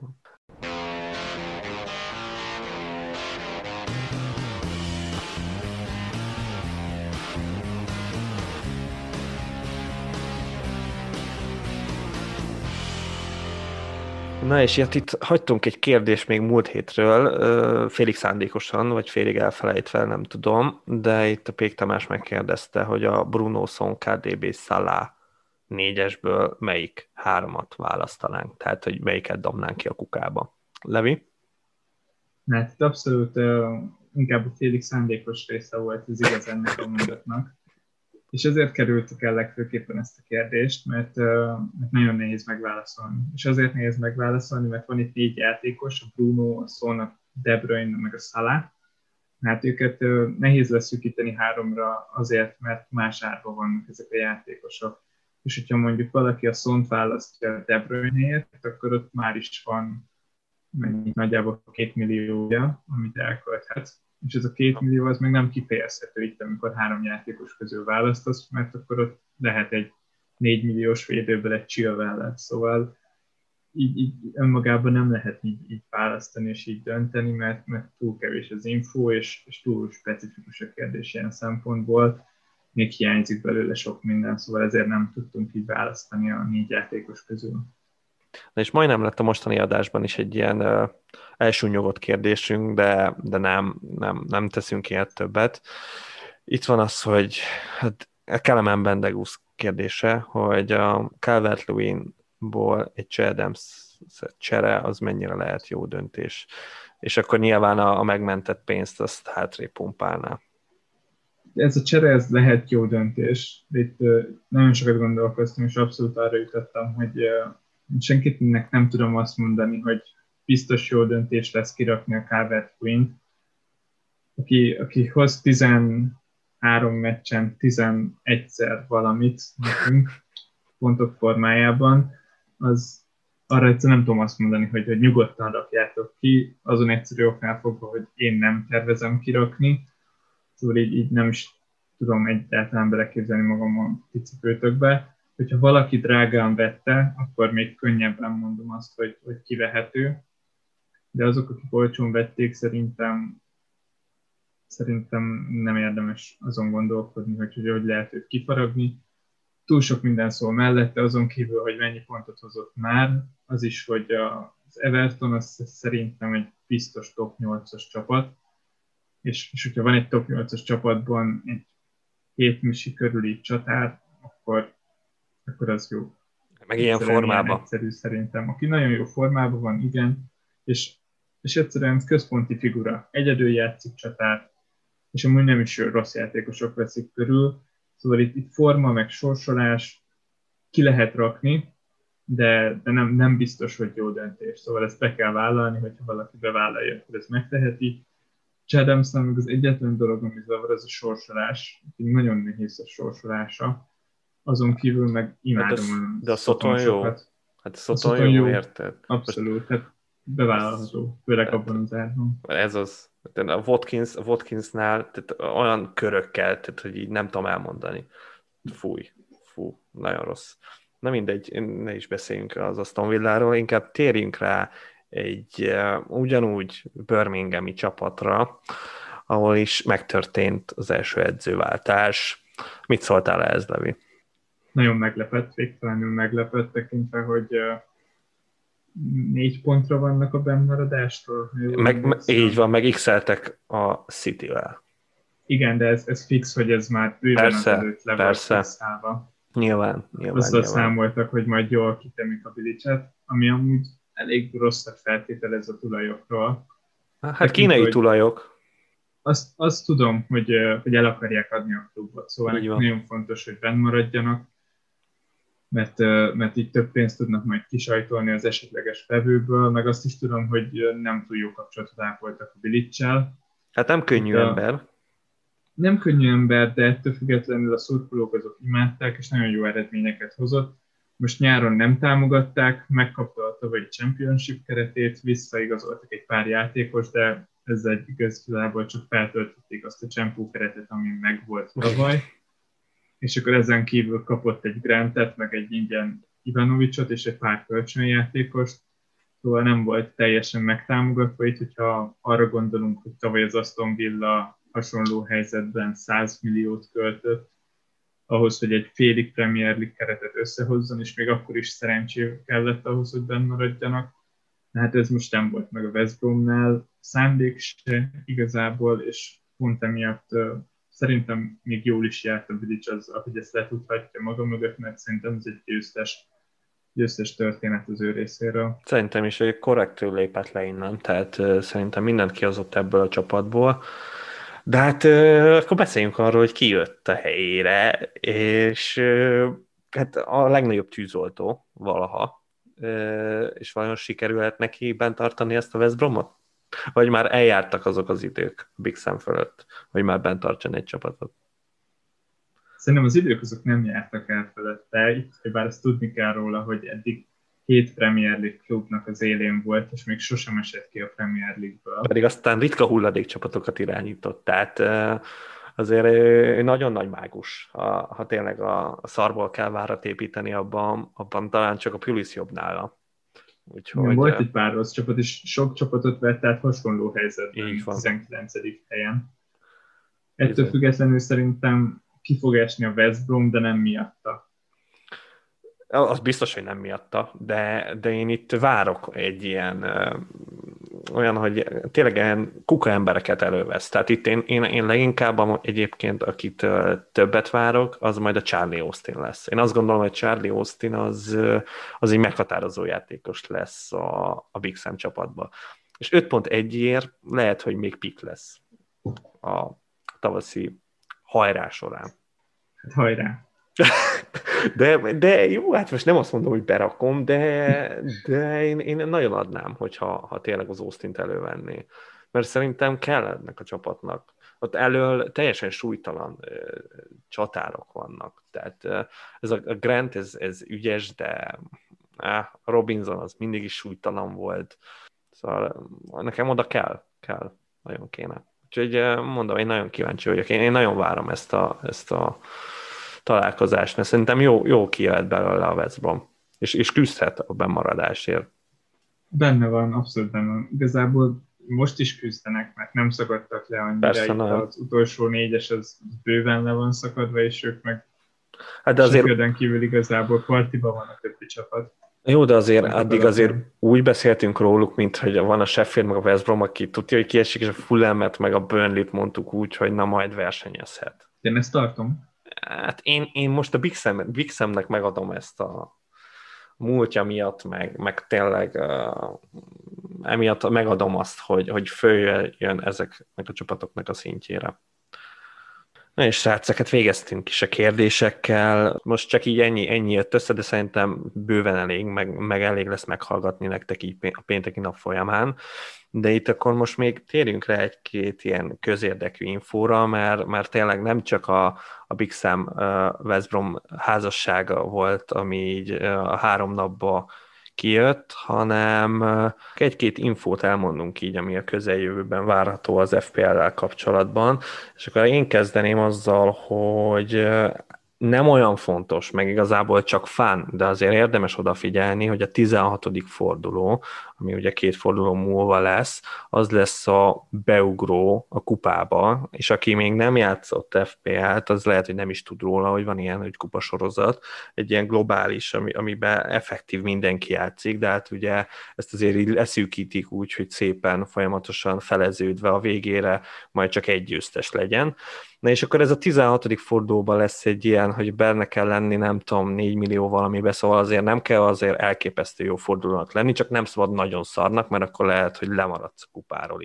A: Na és itt hagytunk egy kérdést még múlt hétről, félig szándékosan, vagy félig elfelejtve, nem tudom, de itt a Pék Tamás megkérdezte, hogy a Bruno Son KDB Salah 4-esből melyik 3-at választanánk, tehát hogy melyiket dobnánk ki a kukába. Levi?
B: Hát itt abszolút inkább a félig szándékos része volt az igaz ennek a mondatnak. És ezért kerültük el legfőképpen ezt a kérdést, mert nagyon nehéz megválaszolni. És azért nehéz megválaszolni, mert van itt 4 játékos, a Bruno, a Son, a De Bruyne, meg a Salah. Hát őket nehéz leszűkíteni 3-ra azért, mert más árban vannak ezek a játékosok. És hogyha mondjuk valaki a Sont választja a De Bruyne-ért, akkor ott már is van nagyjából 2 milliója, amit elkölthetsz, és ez a 2 millió az meg nem kifejezhető itt, amikor 3 játékos közül választasz, mert akkor ott lehet egy 4 milliós védőből egy Chilwell, szóval így önmagában nem lehet így választani és így dönteni, mert túl kevés az info, és túl specifikus a kérdés ilyen szempontból, még hiányzik belőle sok minden, szóval ezért nem tudtunk így választani a 4 játékos közül.
A: Na és majdnem lett a mostani adásban is egy ilyen elsúnyogott kérdésünk, de nem teszünk ilyet többet. Itt van az, hogy hát Kelemen Bendegusz kérdése, hogy a Calvert-Lewinból egy Che Adams csere, az mennyire lehet jó döntés. És akkor nyilván a megmentett pénzt azt hátrébb pumpálná.
B: Ez a csere, ez lehet jó döntés. Itt nagyon sokat gondolkoztam, és abszolút arra jutottam, hogy senkitnek nem tudom azt mondani, hogy biztos jó döntés lesz kirakni a Calvert-Lewint, aki hoz 13 meccsen 11-szer valamit nekünk pontok formájában, az arra egyszerűen nem tudom azt mondani, hogy nyugodtan rakjátok ki, azon egyszerű oknál fogva, hogy én nem tervezem kirakni, szóval így nem is tudom egyáltalán beleképzelni magam a picipőtökbe. Hogyha valaki drágán vette, akkor még könnyebben mondom azt, hogy kivehető, de azok, akik olcsón vették, szerintem nem érdemes azon gondolkodni, hogy lehet őt kifaragni. Túl sok minden szól mellette, azon kívül, hogy mennyi pontot hozott már, az is, hogy az Everton az szerintem egy biztos top 8-as csapat, és hogyha van egy top 8-as csapatban egy 7 misi körüli csatár, akkor az jó.
A: Meg ilyen formában.
B: Egyszerű szerintem. Aki nagyon jó formában van, igen, és egyszerűen központi figura. Egyedül játszik csatár, és amúgy nem is rossz játékosok veszik körül, szóval itt forma, meg sorsolás ki lehet rakni, de nem biztos, hogy jó döntés. Szóval ezt be kell vállalni, hogyha valaki bevállalja, akkor ezt megteheti. Adamsnak meg az egyetlen dolog, ami zavar, az a sorsolás. Nagyon nehéz a sorsolása. Azon kívül meg imádom
A: de a Soton jó. Hát a Soton jó, érted?
B: Abszolút, tehát bevállalható, főleg abban az árban.
A: Ez az. A Watkinsnál tehát olyan körökkel, tehát, hogy így nem tudom elmondani. Fú, nagyon rossz. Na mindegy, ne is beszéljünk az Aston Villáról, inkább térjünk rá egy ugyanúgy Birminghami csapatra, ahol is megtörtént az első edzőváltás. Mit szóltál ehhez, Levi?
B: Nagyon meglepett, végtelenül meglepett, tekintve, hogy 4 pontra vannak a bennmaradástól.
A: Így van, meg x-eltek a City-vel.
B: Igen, de ez fix, hogy ez már bőven azelőtt le volt kiszállva.
A: Nyilván.
B: Azzal számoltak, hogy majd jól kitemik a Bilicset, ami amúgy elég rosszat feltételez a tulajokról.
A: Hát kínai tulajok.
B: Azt tudom, hogy el akarják adni a klubot, szóval nagyon fontos, hogy benn maradjanak, mert így több pénzt tudnak majd kisajtolni az esetleges vevőből, meg azt is tudom, hogy nem túl jó kapcsolatot ápoltak a Bilic-sel.
A: Hát nem könnyű ember.
B: Nem könnyű ember, de ettől függetlenül a szurkolók azok imádták, és nagyon jó eredményeket hozott. Most nyáron nem támogatták, megkapta a tavalyi Championship keretét, visszaigazoltak egy pár játékos, de ezzel igazából csak feltöltötték azt a Champú keretet, ami megvolt tavaly. És akkor ezen kívül kapott egy Grantet, meg egy ingyen Ivanovicsot, és egy pár kölcsönjátékost, szóval nem volt teljesen megtámogatva. Itt, hogyha arra gondolunk, hogy tavaly az Aston Villa hasonló helyzetben 100 milliót költött, ahhoz, hogy egy félig Premier League keretet összehozzon, és még akkor is szerencsé kellett ahhoz, hogy benn maradjanak. Hát ez most nem volt meg a West Bromnál, szándék se igazából, és pont emiatt szerintem még jól is járt a Bilic azzal, hogy ezt letudhatja maga mögött, mert szerintem ez egy győztes történet az ő részéről.
A: Szerintem is egy korrektül lépett le innen, tehát szerintem mindent kihozott ebből a csapatból. De hát akkor beszéljünk arról, hogy ki jött a helyére, és hát a legnagyobb tűzoltó valaha, és vajon sikerülhet neki bent tartani ezt a West Bromot? Vagy már eljártak azok az idők Big Sam fölött, hogy már bent tartson egy csapatot?
B: Szerintem az idők azok nem jártak el fölötte, bár ezt tudni kell róla, hogy eddig 7 Premier League klubnak az élén volt, és még sosem esett ki a Premier League-ből.
A: Pedig aztán ritka hulladékcsapatokat irányított, tehát azért ő nagyon nagy mágus, ha tényleg a szarból kell várat építeni, abban talán csak a Pulis jobb nála.
B: Igen,
A: Úgyhogy
B: volt egy pár rossz csapat, és sok csapatot vett át hasonló
A: így
B: helyzetben,
A: van.
B: 19. helyen. Ettől
A: Bizony.
B: függetlenül szerintem ki fog esni a West Brom, de nem miatta.
A: Az biztos, hogy nem miatta, de én itt várok egy ilyen olyan, hogy tényleg ilyen kuka embereket elővesz. Tehát itt én leginkább egyébként, akit többet várok, az majd a Charlie Austin lesz. Én azt gondolom, hogy Charlie Austin az egy meghatározó játékos lesz a Big Sam csapatban. És 5.1-ért lehet, hogy még pik lesz a tavaszi hajrá során.
B: Hát hajrá!
A: De jó, hát most nem azt mondom, hogy berakom, de én nagyon adnám, ha tényleg az Austin-t elővenné. Mert szerintem kell ennek a csapatnak. Ott elől teljesen súlytalan csatárok vannak. Tehát ez a Grant, ez ügyes, de a Robinson az mindig is súlytalan volt. Szóval nekem oda kell, nagyon kéne. Úgyhogy mondom, én nagyon kíváncsi vagyok. Én nagyon várom ezt a találkozást, mert szerintem jó kijöhet belőle a West Brom, és küzdhet a bemaradásért.
B: Benne van, abszolút benne van. Igazából most is küzdenek, mert nem szakadtak le annyira.
A: Persze,
B: Itt az utolsó 4-es az bőven le van szakadva, és ők meg
A: hát de azért,
B: Sheffielden kívül igazából partiban van a többi csapat.
A: jó, de azért addig azért úgy beszéltünk róluk, mint hogy van a Sheffield, meg a West Brom, aki tudja, hogy kiesik, és a Fulhamet, meg a Burnley-t mondtuk úgy, hogy na majd versenyezhet.
B: Én ezt tartom.
A: Hát én most a Big Samnek megadom ezt a múltja miatt, meg tényleg emiatt megadom azt, hogy följön ezeknek a csapatoknak a szintjére. Na és sráceket végeztünk is a kérdésekkel. Most csak így ennyi jött össze, de szerintem bőven elég, meg elég lesz meghallgatni nektek így a pénteki nap folyamán. De itt akkor most még térjünk rá egy-két ilyen közérdekű infóra, mert tényleg nem csak a Big Sam West Brom házassága volt, ami így a 3 napba kijött, hanem egy-két infót elmondunk így, ami a közeljövőben várható az FPL-lel kapcsolatban, és akkor én kezdeném azzal, hogy nem olyan fontos, meg igazából csak fán, de azért érdemes odafigyelni, hogy a 16. forduló, ami ugye 2 forduló múlva lesz, az lesz a beugró a kupába, és aki még nem játszott FPL-t, az lehet, hogy nem is tud róla, hogy van ilyen, hogy kupasorozat, egy ilyen globális, amiben effektív mindenki játszik, de hát ugye ezt azért így leszűkítik úgy, hogy szépen folyamatosan feleződve a végére majd csak egy győztes legyen. Na és akkor ez a 16. fordulóban lesz egy ilyen, hogy benne kell lenni, nem tudom, 4 millió valamibe, szóval azért nem kell azért elképesztő jó fordulónak lenni, csak nem szabad nagyon szarnak, mert akkor lehet, hogy lemaradsz a kupáról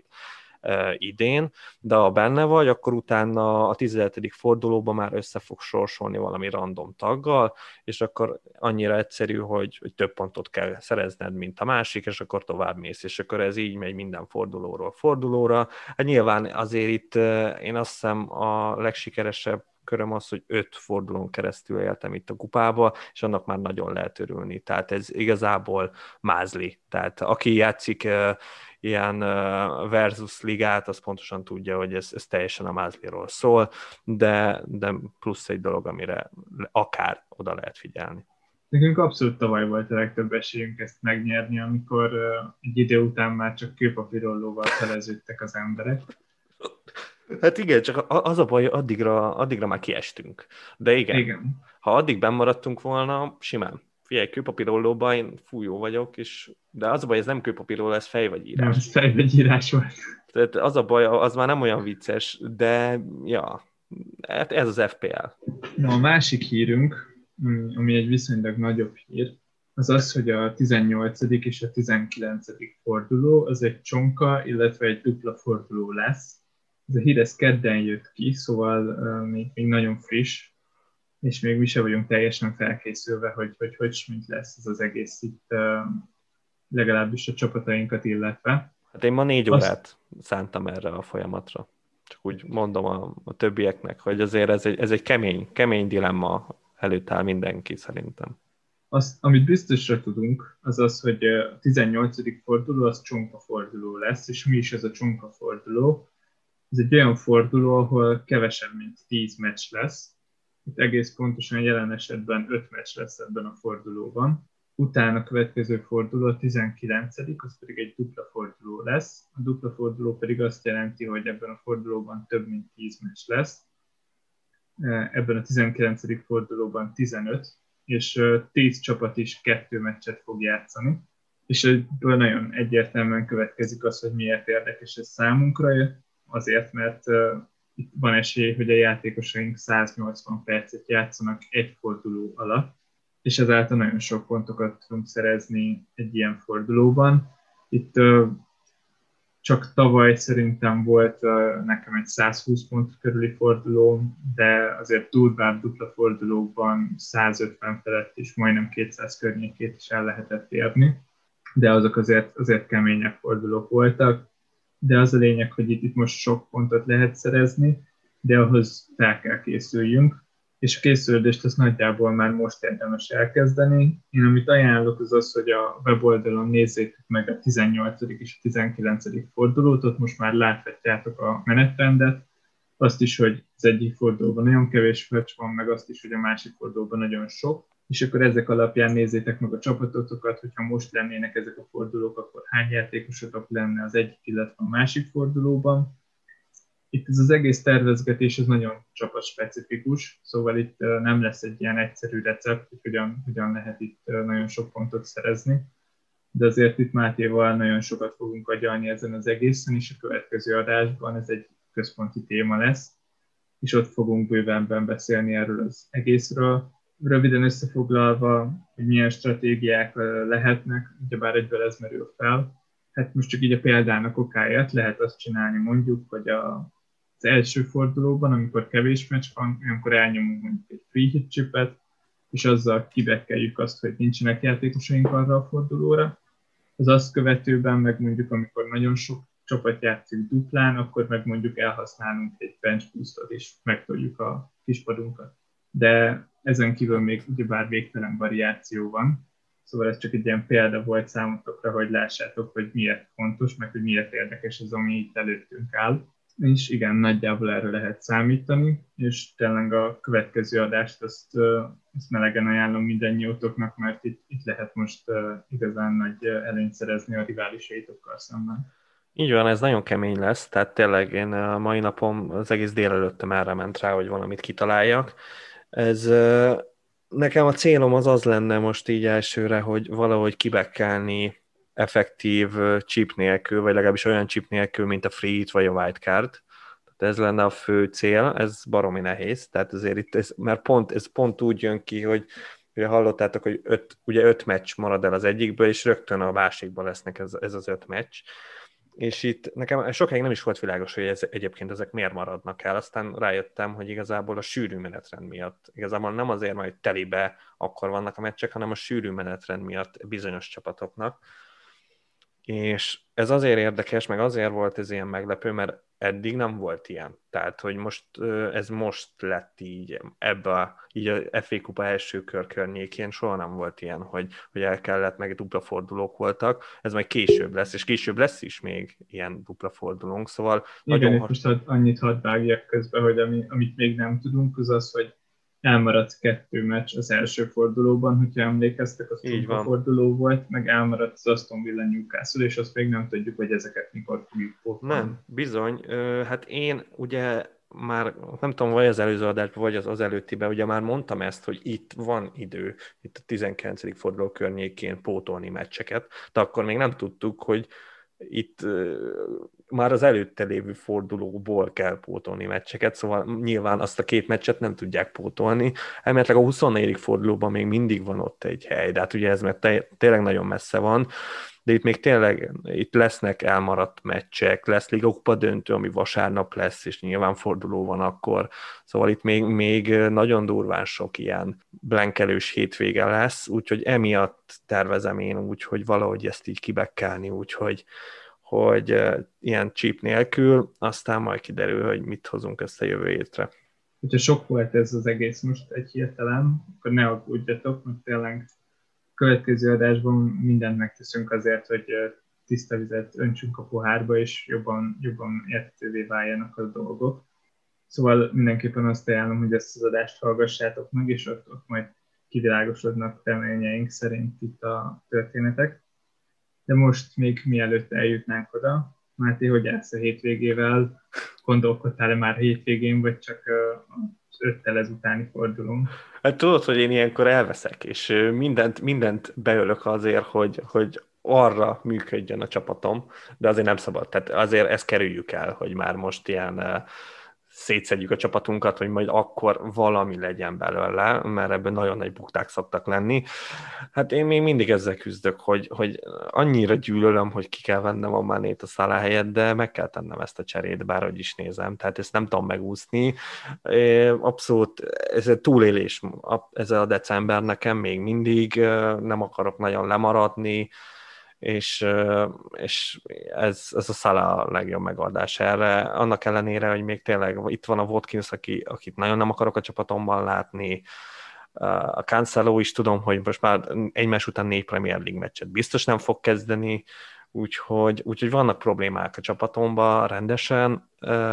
A: idén, de ha benne vagy, akkor utána a 17. fordulóban már össze fog sorsolni valami random taggal, és akkor annyira egyszerű, hogy több pontot kell szerezned, mint a másik, és akkor tovább mész, és akkor ez így megy minden fordulóról fordulóra. Hát nyilván azért itt én azt hiszem a legsikeresebb köröm az, hogy 5 fordulón keresztül éltem itt a kupába, és annak már nagyon lehet örülni. Tehát ez igazából mázli. Tehát aki játszik ilyen versus ligát, az pontosan tudja, hogy ez teljesen a mázliról szól, de plusz egy dolog, amire akár oda lehet figyelni.
B: Nekünk abszolút tavaly volt a legtöbb esélyünk ezt megnyerni, amikor egy idő után már csak kőpapírollóval feleződtek az emberek.
A: Hát igen, csak az a baj, addigra már kiestünk. De igen. Ha addig bennmaradtunk volna, simán. Figyelj, kőpapírollóban én fújó vagyok, de az a baj, ez nem kőpapírolló, ez fej vagy írás.
B: Nem, ez fej vagy írás volt.
A: Tehát az a baj, az már nem olyan vicces, de ja, hát ez az FPL.
B: Na, a másik hírünk, ami egy viszonylag nagyobb hír, az az, hogy a 18. és a 19. forduló az egy csonka, illetve egy dupla forduló lesz. Ez a hír ez kedden jött ki, szóval még nagyon friss, és még mi sem vagyunk teljesen felkészülve, hogy mint lesz ez az egész itt, legalábbis a csapatainkat illetve.
A: Hát én ma 4 órát szántam erre a folyamatra. Csak úgy mondom a többieknek, hogy azért ez egy kemény dilemma előtt áll mindenki szerintem.
B: Amit biztosra tudunk, az az, hogy a 18. forduló az csonka forduló lesz, és mi is ez a csonka forduló? Ez egy olyan forduló, ahol kevesebb, mint 10 meccs lesz. Itt egész pontosan jelen esetben 5 meccs lesz ebben a fordulóban. Utána a következő forduló, a 19., az pedig egy dupla forduló lesz. A dupla forduló pedig azt jelenti, hogy ebben a fordulóban több mint 10 meccs lesz. Ebben a 19. fordulóban 15, és 10 csapat is 2 meccset fog játszani. És ebből nagyon egyértelműen következik az, hogy miért érdekes ez számunkra, azért, mert itt van esély, hogy a játékosaink 180 percet játszanak egy forduló alatt, és ezáltal nagyon sok pontokat tudunk szerezni egy ilyen fordulóban. Itt csak tavaly szerintem volt nekem egy 120 pont körüli forduló, de azért durvább dupla fordulókban 150 felett is, majdnem 200 környékét is el lehetett érni, de azok azért keményebb fordulók voltak. De az a lényeg, hogy itt most sok pontot lehet szerezni, de ahhoz fel kell készüljünk, és a készülődést azt nagyjából már most érdemes elkezdeni. Én amit ajánlok az az, hogy a weboldalon nézzétek meg a 18. és a 19. fordulót, ott most már láthatjátok a menetrendet, azt is, hogy az egyik fordulóban nagyon kevés meccs van, meg azt is, hogy a másik fordulóban nagyon sok, és akkor ezek alapján nézzétek meg a csapatotokat, hogyha most lennének ezek a fordulók, akkor hány játékosotok lenne az egyik, illetve a másik fordulóban. Itt ez az egész tervezgetés ez nagyon csapatspecifikus, szóval itt nem lesz egy ilyen egyszerű recept, hogy hogyan lehet itt nagyon sok pontot szerezni, de azért itt Mátéval nagyon sokat fogunk agyalni ezen az egészen, és a következő adásban ez egy központi téma lesz, és ott fogunk bővenben beszélni erről az egészről. Röviden összefoglalva, hogy milyen stratégiák lehetnek, ugyebár egyből ez merül fel. Hát most csak így a példának okáját lehet azt csinálni mondjuk, hogy az első fordulóban, amikor kevés meccs van, olyankor elnyomunk mondjuk egy free hit chipet, és azzal kibekkeljük azt, hogy nincsenek játékosaink arra a fordulóra. Az azt követőben meg mondjuk, amikor nagyon sok csapat játszik duplán, akkor meg mondjuk elhasználunk egy bench boostot, és megtoljuk a kispadunkat. De ezen kívül még ugyebár végtelen variáció van, szóval ez csak egy ilyen példa volt számotokra, hogy lássátok, hogy miért fontos, meg hogy miért érdekes az, ami itt előttünk áll. És igen, nagyjából erre lehet számítani, és tényleg a következő adást azt melegen ajánlom mindannyiótoknak, mert itt lehet most igazán nagy előnyt szerezni a riválisaitokkal szemben.
A: Így van, ez nagyon kemény lesz, tehát tényleg én a mai napom az egész délelőttem erre ment rá, hogy valamit kitaláljak. Ez nekem a célom az lenne most így elsőre, hogy valahogy kibekkelni effektív chip nélkül, vagy legalábbis olyan chip nélkül, mint a free hit vagy a wildcard. Tehát ez lenne a fő cél, ez baromi nehéz, tehát azért itt, ez pont úgy jön ki, hogy ugye hallottátok, hogy ugye 5 meccs marad el az egyikből, és rögtön a másikban lesznek ez az 5 meccs. És itt nekem sokáig nem is volt világos, hogy egyébként ezek miért maradnak el. Aztán rájöttem, hogy igazából a sűrű menetrend miatt. Igazából nem azért, mert telibe akkor vannak a meccsek, hanem a sűrű menetrend miatt bizonyos csapatoknak. És ez azért érdekes, meg azért volt ez ilyen meglepő, mert eddig nem volt ilyen. Tehát, hogy ez most lett így így a FA Kupa első kör környékén soha nem volt ilyen, hogy el kellett, meg dupla fordulók voltak. Ez majd később lesz, és később lesz is még ilyen dupla fordulónk, szóval
B: Igen, itt most annyit hadd vágjak közben, hogy amit még nem tudunk, az az, hogy elmaradt 2 meccs az első fordulóban, hogyha emlékeztek, az a forduló volt, meg elmaradt az Aston Villa Newcastle, és azt még nem tudjuk, hogy ezeket mikor fogjuk pótolni.
A: Nem, bizony. Hát én ugye már nem tudom, vagy az előző adásban, vagy az előttiben, ugye már mondtam ezt, hogy itt van idő, itt a 19. forduló környékén pótolni meccseket, de akkor még nem tudtuk, hogy itt már az előtte lévő fordulóból kell pótolni meccseket, szóval nyilván azt a 2 meccset nem tudják pótolni. Elméletileg a 24. fordulóban még mindig van ott egy hely, de hát ugye ez mert tényleg nagyon messze van, de itt még tényleg itt lesznek elmaradt meccsek, lesz Liga Kupa döntő, ami vasárnap lesz, és nyilván forduló van akkor, szóval itt még nagyon durván sok ilyen blankelős hétvége lesz, úgyhogy emiatt tervezem én úgy, hogy valahogy ezt így kibekkelni, úgyhogy ilyen chip nélkül, aztán majd kiderül, hogy mit hozunk össze jövő hétre.
B: Hogyha sok volt ez az egész most egy hirtelen, akkor ne aggódjatok, mert tényleg következő adásban mindent megteszünk azért, hogy tiszta vizet öntsünk a pohárba, és jobban érthetővé váljanak a dolgok. Szóval mindenképpen azt ajánlom, hogy ezt az adást hallgassátok meg, és ott majd kivilágosodnak reményeink szerint itt a történetek. De most még mielőtt eljutnánk oda, Máté, hogy állsz a hétvégével? Gondolkodtál-e már hétvégén, vagy csak az öttel utáni fordulón?
A: Hát tudod, hogy én ilyenkor elveszek, és mindent beölök azért, hogy arra működjön a csapatom, de azért nem szabad. Tehát azért ezt kerüljük el, hogy már most ilyen szétszedjük a csapatunkat, hogy majd akkor valami legyen belőle, mert ebben nagyon nagy bukták szoktak lenni. Hát én még mindig ezzel küzdök, hogy annyira gyűlölöm, hogy ki kell vennem a Manét a Salah helyett, de meg kell tennem ezt a cserét, bárhogy is nézem, tehát ezt nem tudom megúszni. Abszolút ez egy túlélés ez a december nekem még mindig, nem akarok nagyon lemaradni, és ez a Salah a legjobb megoldás erre. Annak ellenére, hogy még tényleg itt van a Watkins, akit nagyon nem akarok a csapatomban látni, a Cancelo is tudom, hogy most már egymás után 4 Premier League meccset biztos nem fog kezdeni, úgyhogy vannak problémák a csapatomban rendesen,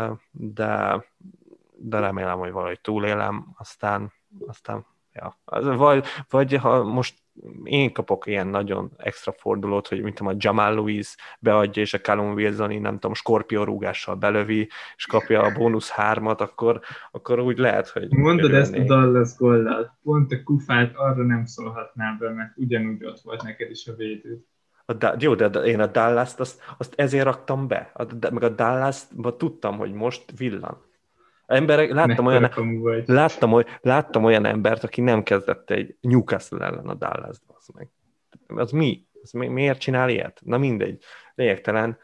A: de remélem, hogy valahogy túlélem, aztán ja. Vagy ha most én kapok ilyen nagyon extra fordulót, hogy mint a Jamal Lewis beadja, és a Callum Wilson, nem tudom, skorpió rúgással belövi, és kapja a bónusz 3-at, akkor úgy lehet, hogy
B: Mondod ezt a
A: örülnék.
B: Dallas gollal. Pont a kufát arra nem szólhatnál be, mert ugyanúgy ott volt neked is a védő.
A: Jó, de én a Dallas-t azt ezért raktam be. Meg a Dallas-ban tudtam, hogy most villan.
B: Mekkora kamu vagy.
A: Láttam olyan embert, aki nem kezdett egy Newcastle ellen a Dallas-ba. Az mi? Miért csinál ilyet? Na mindegy. Lényegtelen.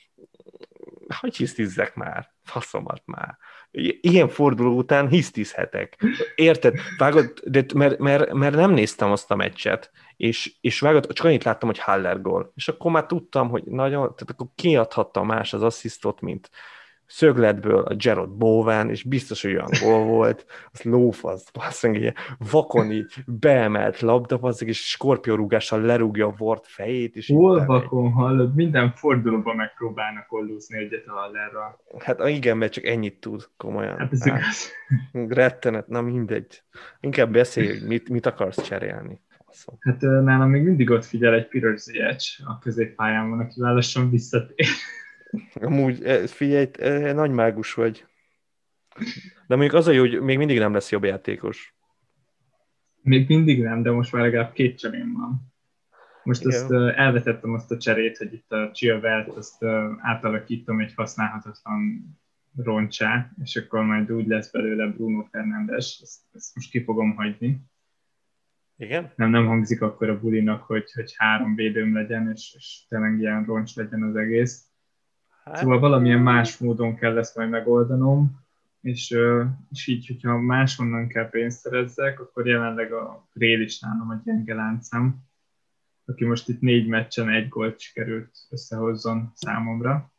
A: Hogy hisztizzek már? Faszomat már. Ilyen forduló után hisztizhetek. Érted? Vágod, mert nem néztem azt a meccset, és vágod, csak annyit láttam, hogy Haller gól. És akkor már tudtam, hogy nagyon, tehát akkor kiadhatta más az asszisztot, mint szögletből a Gerard Bowen, és biztos, hogy olyan gól volt, az lófasz, basszony, vakon így beemelt labda, basszony, és skorpiórúgással lerúgja a Ward fejét, és
B: Hol vakon hallod? Minden fordulóban megpróbálnak ollózni egyet a Hallerral.
A: Hát igen, mert csak ennyit tud, komolyan.
B: Hát ez igaz.
A: Rettenet, na mindegy. Inkább beszélj, hogy mit akarsz cserélni.
B: Hát nálam még mindig ott figyel egy piros Ziyech a középpályámon, akivel lassan visszatér.
A: Amúgy figyelj, nagy mágus vagy. De mondjuk az a jó, hogy még mindig nem lesz jobb játékos.
B: Még mindig nem, de most már legalább 2 cserém van. Most azt elvetettem azt a cserét, hogy itt a Chilwellt azt átalakítom egy használhatatlan roncsá, és akkor majd úgy lesz belőle Bruno Fernandes. Ezt most ki fogom hagyni.
A: Igen?
B: Nem hangzik akkor a bulinak, hogy 3 védőm legyen, és tényleg ilyen roncs legyen az egész. Hát, szóval valamilyen más módon kell ezt majd megoldanom, és így, hogyha máshonnan kell pénzt szerezzek, akkor jelenleg a Grealish nálam a gyenge láncem, aki most itt 4 meccsen 1 gólt sikerült összehozzon számomra.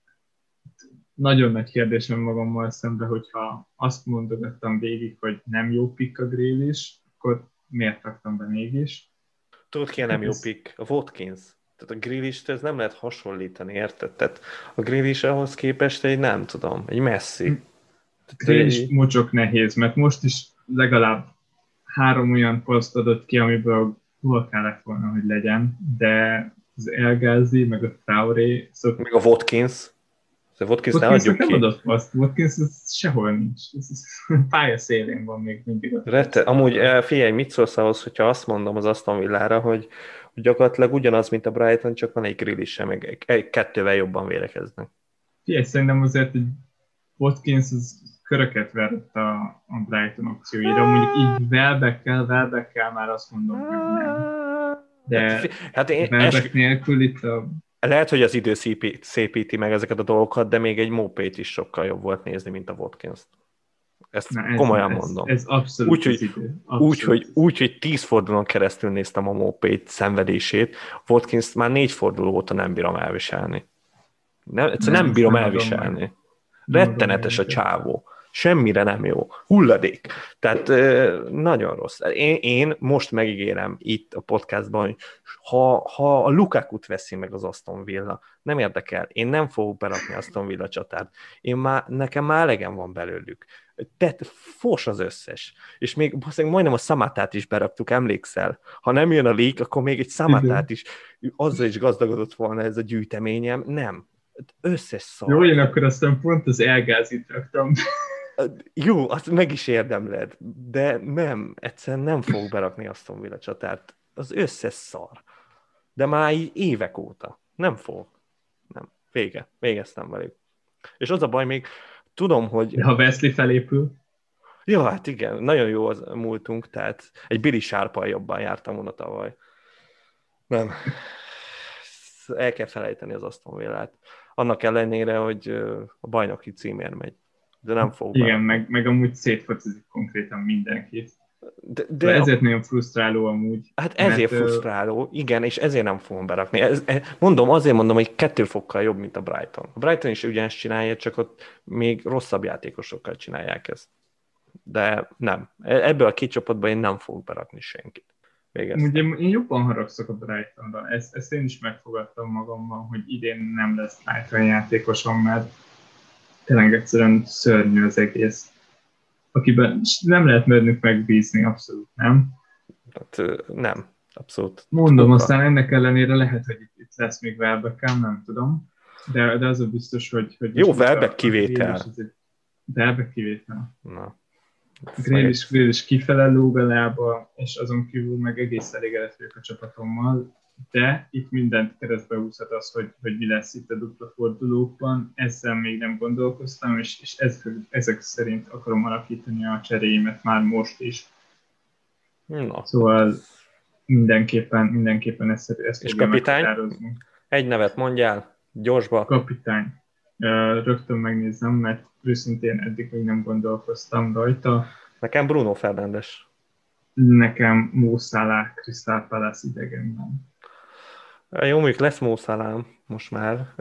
B: Nagyon nagy kérdésem magammal szembe, hogyha azt mondogattam végig, hogy nem jó pick a Grealish, akkor miért raktam be mégis?
A: Tudod ki nem jó pick? A Watkins. Tehát a Grealish-t ez nem lehet hasonlítani, érted? Tehát a Grealish ahhoz képest nem tudom, egy Messi.
B: Grealish mocsok nehéz, mert most is legalább 3 olyan poszt adott ki, amiből hol kellett volna, hogy legyen, de az El Ghazi, meg a Traoré...
A: Meg a Watkins. A Watkins ne adjuk ki.
B: Adott paszt. Watkins sehol nincs. Pálya szélén van még mindig.
A: Amúgy figyelj, mit szólsz ahhoz, hogyha azt mondom az Aston Villára, hogy gyakorlatilag ugyanaz, mint a Brighton, csak van egy Grealish-e, meg 2-vel jobban védekeznek.
B: Figyelj, szerintem azért, hogy Watkins az köröket verett a Brighton opcióira, mondjuk így Welbeckkel már azt mondom, hogy nem. De hát Welbeck nélkül itt a...
A: Lehet, hogy az idő szépíti meg ezeket a dolgokat, de még egy Mopét is sokkal jobb volt nézni, mint a Watkins-t. Ezt komolyan mondom.
B: Ez abszolút
A: Úgyhogy 10 fordulón keresztül néztem a Mopét szenvedését, Watkins már 4 forduló óta nem bírom elviselni. Nem bírom elviselni. Rettenetes a csávó. Semmire nem jó. Hulladék. Tehát nagyon rossz. Én most megígérem itt a podcastban, hogy ha a Lukakut veszi meg az Aston Villa, nem érdekel. Én nem fogok berakni Aston Villa csatárt. Nekem már elegem van belőlük. Tehát fos az összes. És még majdnem a Samatát is beraktuk, emlékszel? Ha nem jön a League, akkor még egy Samatát is, azzal is gazdagodott volna ez a gyűjteményem. Nem. Összes szar.
B: Jó, én akkor aztán pont az Elgázit raktam.
A: Jó, azt meg is érdemled, de nem, egyszerűen nem fogok berakni Aston Villa csatárt. Az összes szar. De már így évek óta. Nem fogok. Nem. Vége. Végeztem velük. És az a baj még, tudom, hogy...
B: De ha Wesley felépül?
A: Jó, hát igen, nagyon jó az múltunk, tehát egy Billy Sharp-al jobban jártam volna tavaly. Nem. El kell felejteni az Aston Villát. Annak ellenére, hogy a bajnoki címért megy. De nem fog
B: igen, meg amúgy szétfocizik konkrétan mindenkit.
A: De
B: ezért nagyon frusztráló amúgy.
A: Hát ezért frusztráló, igen, és ezért nem fogom berakni. Azért mondom, hogy 2 fokkal jobb, mint a Brighton. A Brighton is ugyanezt csinálja, csak ott még rosszabb játékosokkal csinálják ezt. De nem. Ebből a 2 csapatban én nem fogok berakni senkit.
B: Ugye én jobban haragszok a Brightonra. Ezt én is megfogadtam magamban, hogy idén nem lesz Brighton játékosom, mert tényleg egyszerűen szörnyű az egész. Akiben nem lehet bennük megbízni, abszolút nem.
A: Hát, nem, abszolút.
B: Mondom, aztán ennek ellenére lehet, hogy itt lesz még Welbeck, nem tudom. De az a biztos, hogy
A: jó, Welbeck kivétel.
B: Welbeck kivétel.
A: Na.
B: Grealish kifele lóg a lába, és azon kívül meg egész elégedett vagyok a csapatommal, de itt mindent keresztbe húzhat az, hogy mi lesz itt a dupla fordulókban. Ezzel még nem gondolkoztam, és ezek szerint akarom alakítani a cseréimet már most is.
A: Na.
B: Szóval mindenképpen ezt
A: és kapitány? Egy nevet mondjál, gyorsba.
B: Kapitány. Rögtön megnézem, mert őszintén eddig még nem gondolkoztam rajta.
A: Nekem Bruno Fernandes.
B: Nekem Mo Salah, Crystal Palace idegenben.
A: Jó, mondjuk lesz Mo Salah most már.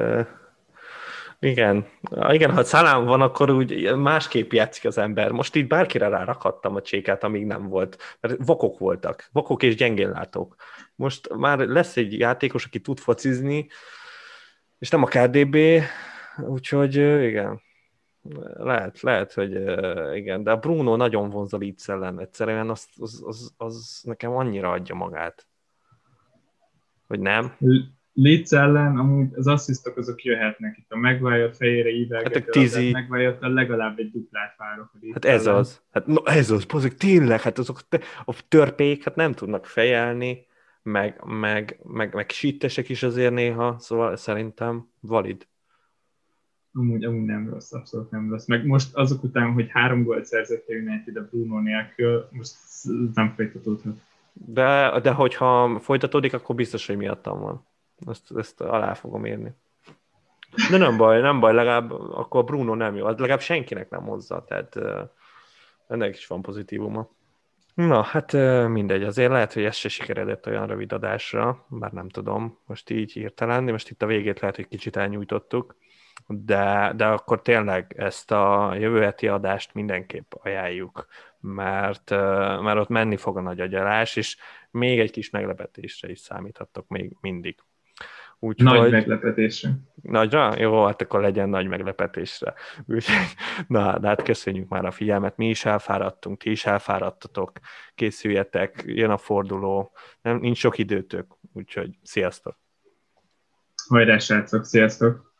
A: Igen, ha Salah van, akkor úgy másképp játszik az ember. Most itt bárkire rárakhattam a csékát, amíg nem volt. Mert vakok voltak. Vakok és gyengénlátók. Most már lesz egy játékos, aki tud focizni, és nem a KDB, úgyhogy igen. Lehet, hogy igen, de a Bruno nagyon vonz a Leeds ellen, egyszerűen az nekem annyira adja magát, hogy nem.
B: Leeds ellen amúgy az asszisztok azok jöhetnek itt a Maguire fejére ívelgető, Maguire-től legalább egy duplát várok.
A: Hát ez ellen. Az, hát no, ez az, pozitív, tényleg, hát azok a törpék hát nem tudnak fejelni, meg síttesek is azért néha, szóval szerintem valid.
B: Amúgy nem rossz, abszolút nem rossz. Meg most azok után, hogy 3 gólt szerzett a United a Bruno nélkül, most nem folytatódhat.
A: De hogyha folytatódik, akkor biztos, hogy miattam van. Ezt alá fogom írni. De nem baj, legalább akkor a Bruno nem jó. Az legalább senkinek nem hozza, tehát ennek is van pozitívuma. Na, hát mindegy, azért lehet, hogy ez se sikeredett olyan rövid adásra, bár nem tudom, most így hirtelen, de most itt a végét lehet, hogy kicsit elnyújtottuk, de akkor tényleg ezt a jövő heti adást mindenképp ajánljuk, mert ott menni fog a nagy agyalás, és még egy kis meglepetésre is számíthattok még mindig.
B: Nagy meglepetésre.
A: Nagyra? Jó, hát akkor legyen nagy meglepetésre. Na, de hát köszönjük már a figyelmet, mi is elfáradtunk, ti is elfáradtatok, készüljetek, jön a forduló, nincs sok időtök, úgyhogy sziasztok!
B: Hajrá, srácok, sziasztok!